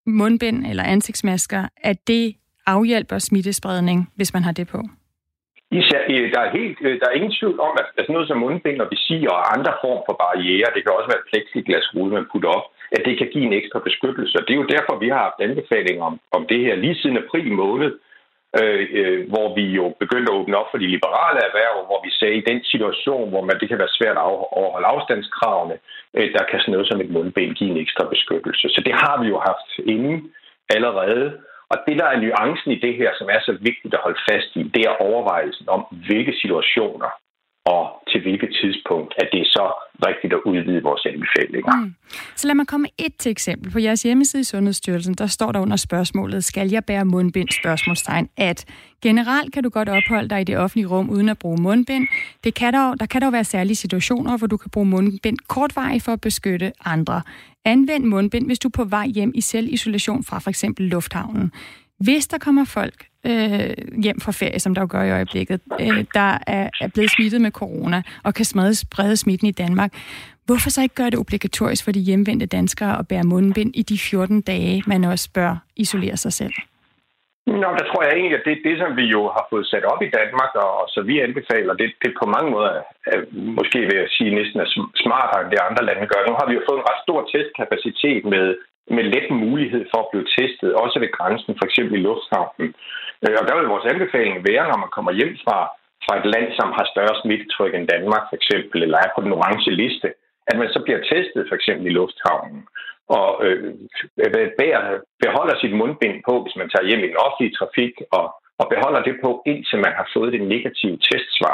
mundbind eller ansigtsmasker, at det afhjælper smittespredning, hvis man har det på? Der er ingen tvivl om, at sådan noget som mundbind og visir og andre former for barrierer, det kan også være plexiglasrude, man putter op, at det kan give en ekstra beskyttelse. Og det er jo derfor, vi har haft anbefalinger om det her lige siden april måned, hvor vi jo begyndte at åbne op for de liberale erhverv, hvor vi sagde, i den situation, hvor det kan være svært at overholde afstandskravene, der kan sådan noget som et mundbind give en ekstra beskyttelse. Så det har vi jo haft inden allerede. Og det, der er nuancen i det her, som er så vigtigt at holde fast i, det er overvejelsen om, hvilke situationer og til hvilket tidspunkt, at det er så rigtigt at udvide vores anbefalinger. Så lad mig komme med et eksempel. På jeres hjemmeside i Sundhedsstyrelsen, der står der under spørgsmålet, skal jeg bære mundbind? Spørgsmålstegn, at generelt kan du godt opholde dig i det offentlige rum uden at bruge mundbind. Der kan dog være særlige situationer, hvor du kan bruge mundbind kortvarigt for at beskytte andre. Anvend mundbind, hvis du er på vej hjem i selvisolation fra f.eks. lufthavnen. Hvis der kommer folk hjem fra ferie, som der jo gør i øjeblikket, der er blevet smittet med corona og kan sprede smitten i Danmark, hvorfor så ikke gøre det obligatorisk for de hjemvendte danskere at bære mundbind i de 14 dage, man også bør isolere sig selv? Nå, der tror jeg egentlig, at det som vi jo har fået sat op i Danmark, og så vi anbefaler, det på mange måder, måske vil jeg sige, næsten er smartere end det andre lande gør. Nu har vi jo fået en ret stor testkapacitet med let mulighed for at blive testet, også ved grænsen, for eksempel i lufthavnen. Og der vil vores anbefaling være, når man kommer hjem fra et land, som har større smittetryk end Danmark, for eksempel, eller er på den orange liste, at man så bliver testet, for eksempel i lufthavnen, og beholder sit mundbind på, hvis man tager hjem i den offentlige trafik, og beholder det på, indtil man har fået det negative testsvar.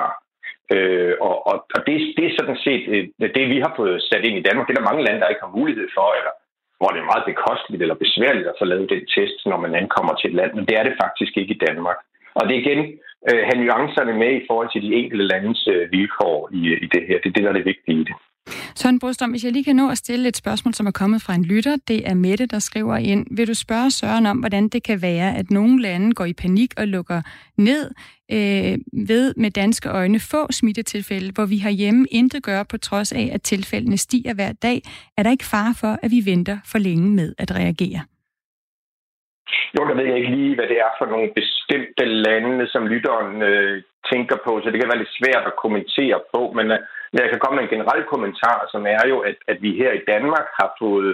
Og det er sådan set det, vi har fået sat ind i Danmark. Det er der mange lande, der ikke har mulighed for, eller hvor det er meget bekosteligt eller besværligt at få lavet den test, når man ankommer til et land. Men det er det faktisk ikke i Danmark. Og det er igen have nuancerne med i forhold til de enkelte landes vilkår i det her. Det er det, der er det vigtige i det. Søren Brostrøm, hvis jeg lige kan nå at stille et spørgsmål, som er kommet fra en lytter. Det er Mette, der skriver ind. Vil du spørge Søren om, hvordan det kan være, at nogle lande går i panik og lukker ned ved med danske øjne få smittetilfælde, hvor vi herhjemme intet gør på trods af, at tilfældene stiger hver dag? Er der ikke fare for, at vi venter for længe med at reagere? Jo, der ved jeg ikke lige, hvad det er for nogle bestemte lande, som lytteren tænker på, så det kan være lidt svært at kommentere på, men jeg kan komme med en generel kommentar, som er jo, at vi her i Danmark har fået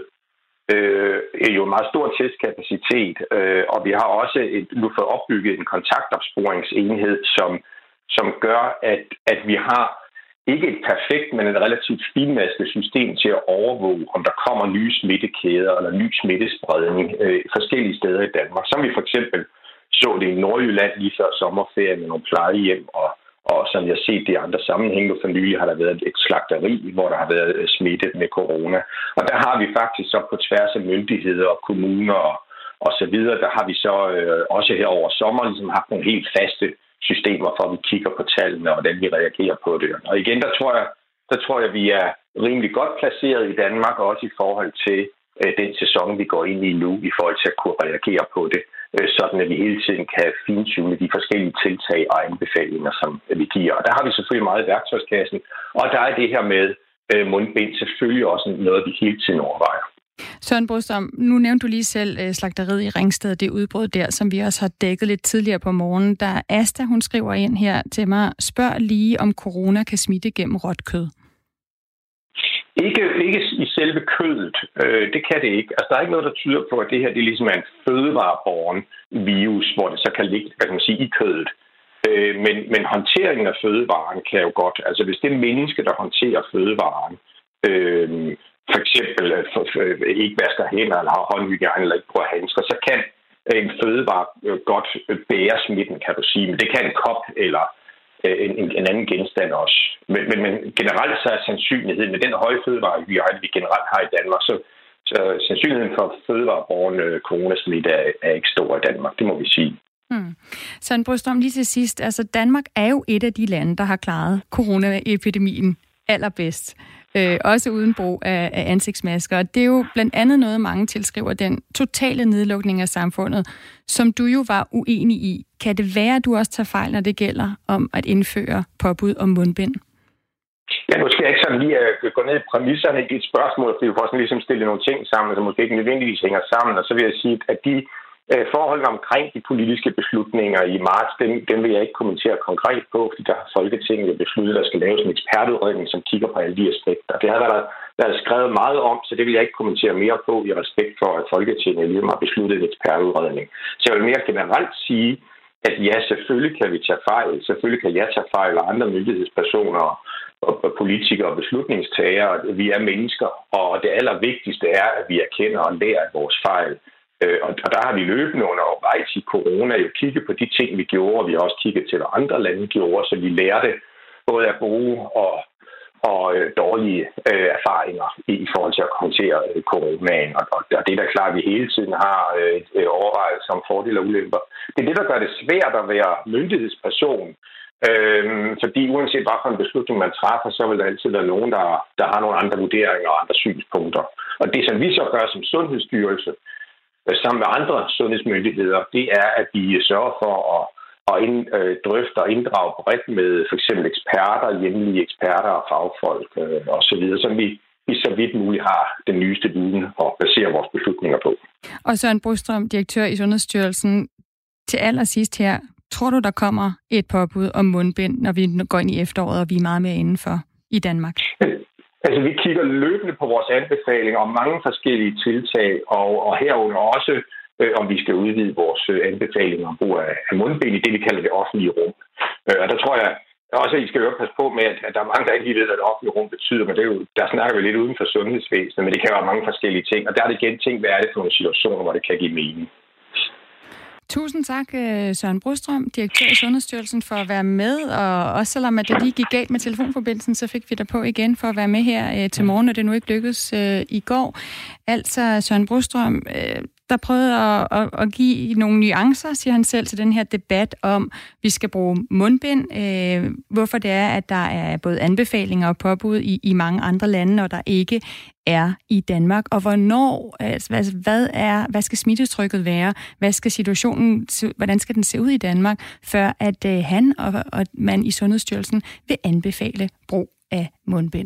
jo en meget stor testkapacitet, og vi har også nu fået opbygget en kontaktopsporingsenhed, som gør, at vi har ikke et perfekt, men et relativt finmasket system til at overvåge, om der kommer nye smittekæder eller ny smittespredning forskellige steder i Danmark. Som vi for eksempel så det i Nordjylland lige før sommerferien med nogle plejehjem, og som jeg har set det i andre sammenhænge, for nylig har der været et slagteri, hvor der har været smitte med corona. Og der har vi faktisk så på tværs af myndigheder og kommuner og så videre, der har vi så også her over sommer ligesom haft nogle helt faste systemer for, at vi kigger på tallene og hvordan vi reagerer på det. Og igen, der tror jeg, vi er rimelig godt placeret i Danmark, også i forhold til den sæson, vi går ind i nu, i forhold til at kunne reagere på det, sådan at vi hele tiden kan fintune de forskellige tiltag og anbefalinger, som vi giver. Og der har vi selvfølgelig meget i værktøjskassen, og der er det her med mundbind selvfølgelig også noget, vi hele tiden overvejer. Søren Brostrøm, nu nævnte du lige selv slagteriet i Ringsted, det udbrud der, som vi også har dækket lidt tidligere på morgenen. Der er Asta, hun skriver ind her til mig, spørg lige, om corona kan smitte gennem råt kød. Ikke i selve kødet. Det kan det ikke. Altså, der er ikke noget, der tyder på, at det her det ligesom er en fødevarebåren virus, hvor det så kan ligge, hvad kan man sige, i kødet. Men håndteringen af fødevaren kan jo godt. Altså, hvis det er mennesker, der håndterer fødevaren, for eksempel ikke vasker hænder eller har håndhygiejne eller ikke bruger handsker, så kan en fødevare godt bære smitten, kan du sige. Men det kan en kop eller en anden genstand også. Men generelt så er sandsynligheden med den høje fødevarehygiejne, vi generelt har i Danmark, så sandsynligheden for fødevarebåren coronasmitte er ikke stor i Danmark, det må vi sige. Søren Brostrøm, lige til sidst, altså Danmark er jo et af de lande, der har klaret coronaepidemien allerbedst. Også uden brug af ansigtsmasker. Og det er jo blandt andet noget, mange tilskriver den totale nedlukning af samfundet, som du jo var uenig i. Kan det være, at du også tager fejl, når det gælder om at indføre påbud om mundbind? Ja, nu skal jeg ikke sådan lige gå ned i præmisserne i dit spørgsmål, fordi du får sådan ligesom stille nogle ting sammen, som måske ikke nødvendigvis hænger sammen. Og så vil jeg sige, at Forholdene omkring de politiske beslutninger i marts, dem vil jeg ikke kommentere konkret på, fordi der har Folketinget besluttet, at der skal laves en ekspertudredning, som kigger på alle de aspekter. Det har der været skrevet meget om, så det vil jeg ikke kommentere mere på i respekt for, at Folketinget lige har besluttet en ekspertudredning. Så jeg vil mere generelt sige, at ja, selvfølgelig kan vi tage fejl. Selvfølgelig kan jeg tage fejl, og andre myndighedspersoner og politikere og beslutningstagere. Vi er mennesker, og det allervigtigste er, at vi erkender og lærer af vores fejl. Og der har vi løbende undervejs i corona jo kigget på de ting, vi gjorde, og vi har også kigget til, hvad andre lande gjorde, så vi lærte både af gode og dårlige erfaringer i forhold til at håndtere coronaen. Og det er da klart, at vi hele tiden har overvejelser om fordele og ulemper. Det er det, der gør det svært at være myndighedsperson, fordi uanset hvad for en beslutning man træffer, så vil der altid være nogen, der har nogle andre vurderinger og andre synspunkter. Og det, som vi så gør som Sundhedsstyrelse, sammen med andre sundhedsmyndigheder, det er, at vi sørger for at drøfte og inddrage bredt med for eksempel eksperter, hjemlige eksperter og fagfolk osv., som vi så vidt muligt har den nyeste viden og baserer vores beslutninger på. Og Søren Brostrøm, direktør i Sundhedsstyrelsen, til allersidst her, tror du, der kommer et påbud om mundbind, når vi går ind i efteråret, og vi er meget mere indenfor i Danmark? Altså, vi kigger løbende på vores anbefalinger om mange forskellige tiltag, og herunder også, om vi skal udvide vores anbefalinger om brug af mundbind i det, vi kalder det offentlige rum. Og der tror jeg også, at I skal jo passe på med, at der er mange, der ikke ved, hvad det offentlige rum betyder, men det er jo, der snakker vi lidt uden for sundhedsvæsenet, men det kan være mange forskellige ting. Og der er det igen ting, hvad er det for nogle situationer, hvor det kan give mening. Tusind tak, Søren Brostrøm, direktør i Sundhedsstyrelsen, for at være med, og også selvom at det lige gik galt med telefonforbindelsen, så fik vi dig på igen for at være med her til morgen, og det nu ikke lykkedes i går. Altså, Søren Brostrøm, der prøvede at give nogle nuancer, siger han selv, til den her debat om, vi skal bruge mundbind, hvorfor det er, at der er både anbefalinger og påbud i mange andre lande, og der ikke er i Danmark, og hvornår, altså, hvad skal smittetrykket være, hvad skal situationen, hvordan skal den se ud i Danmark, før at han og man i Sundhedsstyrelsen vil anbefale brug af mundbind.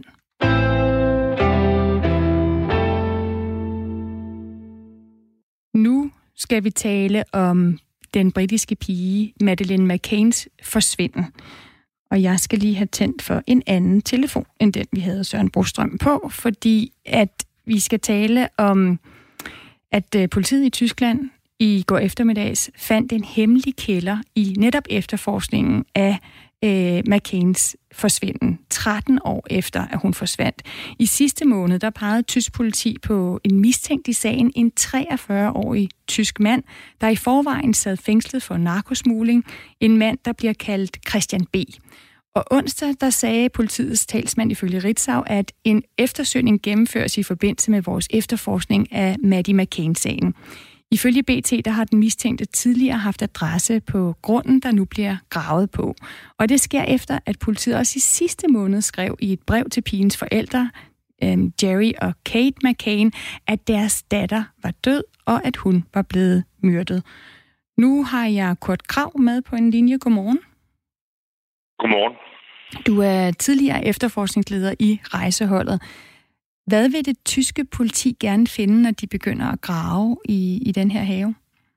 Nu skal vi tale om den britiske pige Madeleine McCanns forsvinden. Og jeg skal lige have tændt for en anden telefon, end den vi havde Søren Brostrøm på, fordi at vi skal tale om, at politiet i Tyskland i går eftermiddags fandt en hemmelig kælder i netop efterforskningen af McCanns forsvinden, 13 år efter, at hun forsvandt. I sidste måned, der pegede tysk politi på en mistænkt i sagen, en 43-årig tysk mand, der i forvejen sad fængslet for narkosmugling, en mand, der bliver kaldt Christian B. Og onsdag, der sagde politiets talsmand ifølge Ritzau, at en eftersøgning gennemføres i forbindelse med vores efterforskning af Maddie McCann-sagen. Ifølge BT, der har den mistænkte tidligere haft adresse på grunden, der nu bliver gravet på. Og det sker efter, at politiet også i sidste måned skrev i et brev til pigens forældre, Jerry og Kate McCann, at deres datter var død, og at hun var blevet myrdet. Nu har jeg Kurt Krag med på en linje. Godmorgen. Godmorgen. Du er tidligere efterforskningsleder i rejseholdet. Hvad vil det tyske politi gerne finde, når de begynder at grave i den her have?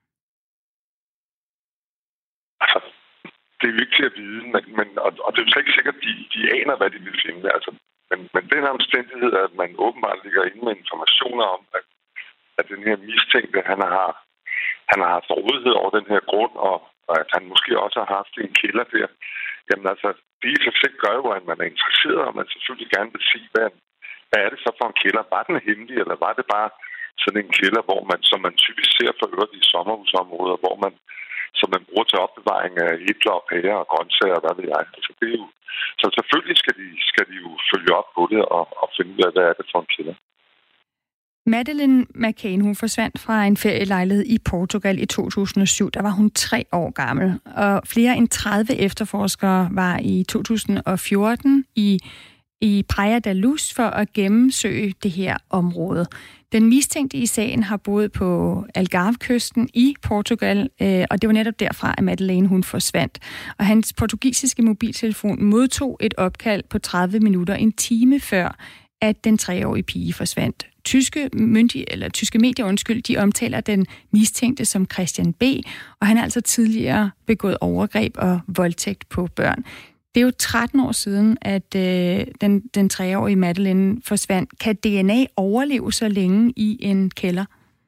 Altså, det er vigtigt at vide, og det er jo ikke sikkert, at de aner, hvad de vil finde. Altså, men den omstændighed, at man åbenbart ligger inde med informationer om, at den her mistænkte, han har haft rådighed over den her grund, og at han måske også har haft en kælder der. Jamen altså, det i sig selv gør jo, at man er interesseret, og man selvfølgelig gerne vil sige, hvad er det så for en kælder? Var den hemmelig, eller var det bare sådan en kælder, hvor som man typisk ser for øvrigt i sommerhusområder, som man bruger til opbevaring af æbler og pærer og grøntsager, og hvad ved jeg. Altså, det er jo, så selvfølgelig skal de jo følge op på det og finde ud af, hvad er det for en kælder. Madeleine McCann, hun forsvandt fra en ferielejlighed i Portugal i 2007. Der var hun 3 år gammel, og flere end 30 efterforskere var i 2014 i Praia da Luz for at gennemsøge det her område. Den mistænkte i sagen har boet på Algarve-kysten i Portugal, og det var netop derfra, at Madeleine hun forsvandt. Og hans portugisiske mobiltelefon modtog et opkald på 30 minutter, en time før, at den 3-årige pige forsvandt. Tyske medier, de omtaler den mistænkte som Christian B., og han har altså tidligere begået overgreb og voldtægt på børn. Det er jo 13 år siden, at den 3-årige Madeleine forsvandt. Kan DNA overleve så længe i en kælder?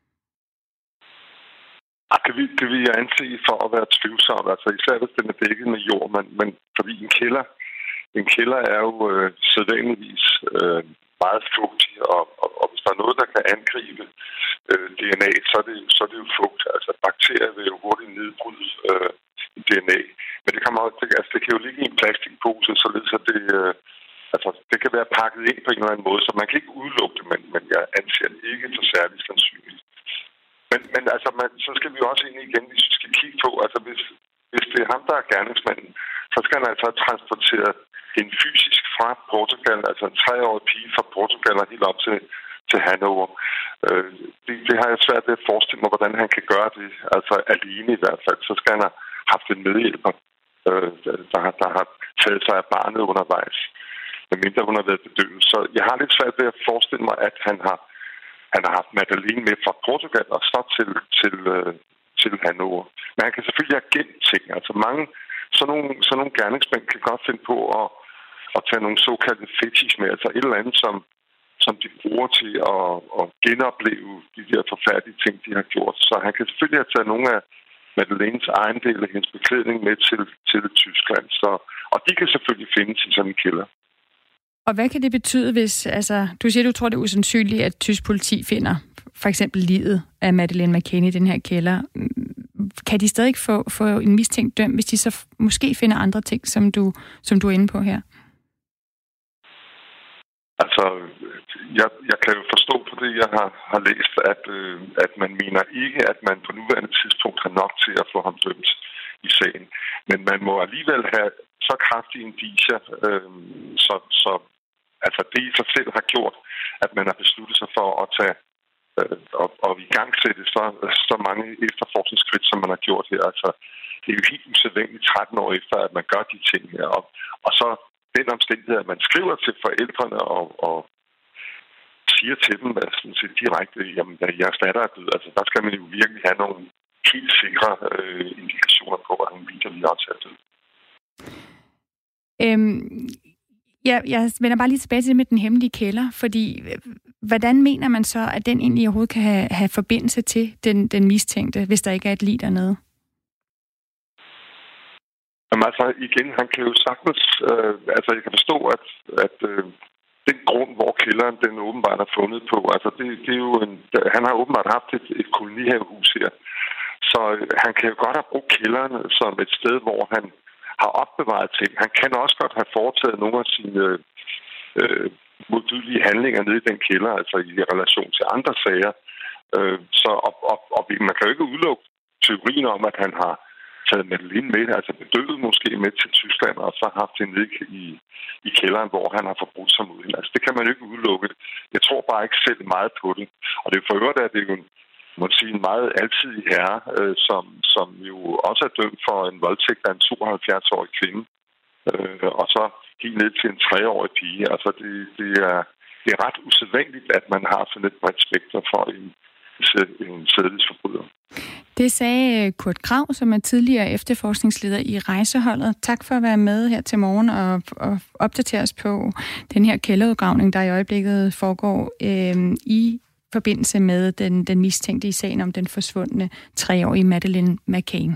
Det vil jeg anse for at være tvivlsomt. Altså især hvis den er dækket med jord, men fordi en kælder er jo sædvanligvis meget fugtig, og hvis der er noget, der kan angribe DNA, så er det jo fugt. Altså bakterier vil jo hurtigt nedbryde DNA. Men det kan jo ligge i en plastikpose, således at det kan være pakket ind på en eller anden måde, så man kan ikke udelukke det, men jeg anser det ikke for særlig sandsynligt. Men altså, så skal vi også ind igen, hvis vi skal kigge på, altså hvis det er ham, der er gerningsmanden, så skal han altså have transporteret en fysisk fra Portugal, altså en 3-årig pige fra Portugal og helt op til Hannover. Det har jeg svært ved at forestille mig, hvordan han kan gøre det, altså alene i hvert fald. Så skal han have haft en medhjælper, der har taget sig af barnet undervejs, medmindre hun har været bedøvet. Så jeg har lidt svært ved at forestille mig, at han har haft Madeleine med fra Portugal og så til Hannover. Men han kan selvfølgelig have gemt ting. Altså mange sådan nogle gerningsmænd kan godt finde på at tage nogle såkaldte fetish med, altså et eller andet, som de bruger til at genopleve de der forfærdelige ting, de har gjort. Så han kan selvfølgelig have taget nogle af Madeleines ejendel af hendes beklædning med til Tyskland. Og de kan selvfølgelig findes i sådan en kælder. Og hvad kan det betyde, hvis, altså, du siger, du tror, det er usandsynligt, at tysk politi finder for eksempel liget af Madeleine McCann i den her kælder. Kan de stadig få en mistænkt dømt, hvis de så måske finder andre ting, som du er inde på her? Altså, jeg kan jo forstå på det, jeg har læst, at man mener ikke, at man på nuværende tidspunkt har nok til at få ham dømt i sagen. Men man må alligevel have så kraftige indicier, så altså det i sig selv har gjort, at man har besluttet sig for at tage og i gang sætte så mange efterforskningsskridt, som man har gjort her. Altså, det er jo helt usædvanligt 13 år efter, at man gør de ting her. Og så den omstændighed, at man skriver til forældrene og siger til dem, altså direkte, jamen, jeres datter er død. Altså, der skal man jo virkelig have nogle helt sikre indikationer på, at hun virkelig også er død. Jeg vender bare lige tilbage til det med den hemmelige kælder, fordi hvordan mener man så, at den egentlig overhovedet kan have forbindelse til den mistænkte, hvis der ikke er et lig dernede? Jamen altså igen, han kan jo sagtens, jeg kan forstå, at den grund, hvor kælderen den åbenbart er fundet på, altså det er jo han har åbenbart haft et kolonihavehus her, så han kan jo godt have brugt kælderen som et sted, hvor han har opbevaret ting. Han kan også godt have foretaget nogle af sine modbydelige handlinger nede i den kælder, altså i relation til andre sager. Man kan jo ikke udelukke teorien om, at han har taget Madeleine med, altså bedøvet måske med til Tyskland, og så haft hende nede i kælderen, hvor han har forbrudt sig mod hende. Altså det kan man jo ikke udelukke. Jeg tror bare ikke selv meget på det. Og det er for øvrigt, at det er jo en meget altidig herre, som jo også er dømt for en voldtægt af en 72-årig kvinde, og så helt ned til en 3-årig pige. Altså det er ret usædvanligt, at man har sådan et bredt spektrum for en sædelighedsforbryder. Det sagde Kurt Krag, som er tidligere efterforskningsleder i Rejseholdet. Tak for at være med her til morgen og opdatere os på den her kælderudgravning, der i øjeblikket foregår i forbindelse med den mistænkte i sagen om den forsvundne 3-årige Madeleine McCann.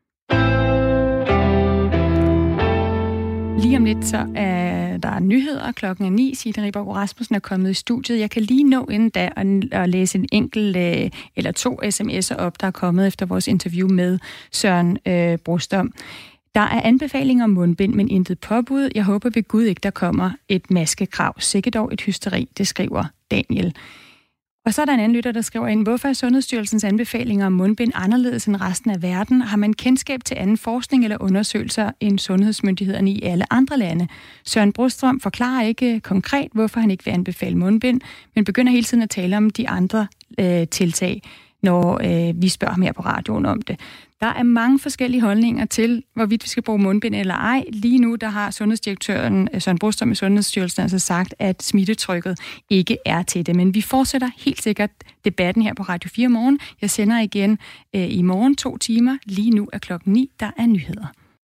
Lige om lidt, så er der nyheder. Klokken er 9. Signe Ribergaard Rasmussen er kommet i studiet. Jeg kan lige nå inden da at læse en enkelt eller 2 sms'er op, der er kommet efter vores interview med Søren Brostrøm. Der er anbefalinger om mundbind, men intet påbud. Jeg håber ved Gud ikke, der kommer et maskekrav. Sikkert dog et hysteri, det skriver Daniel. Og så er der en anden lytter, der skriver ind, hvorfor er Sundhedsstyrelsens anbefalinger om mundbind anderledes end resten af verden? Har man kendskab til anden forskning eller undersøgelser end sundhedsmyndighederne i alle andre lande? Søren Brostrøm forklarer ikke konkret, hvorfor han ikke vil anbefale mundbind, men begynder hele tiden at tale om de andre tiltag. når vi spørger ham her på radioen om det. Der er mange forskellige holdninger til, hvorvidt vi skal bruge mundbind eller ej. Lige nu, der har sundhedsdirektøren Søren Brostrøm i Sundhedsstyrelsen altså sagt, at smittetrykket ikke er til det. Men vi fortsætter helt sikkert debatten her på Radio 4 morgen. Jeg sender igen i morgen 2 timer. Lige nu er 9:00. Der er nyheder.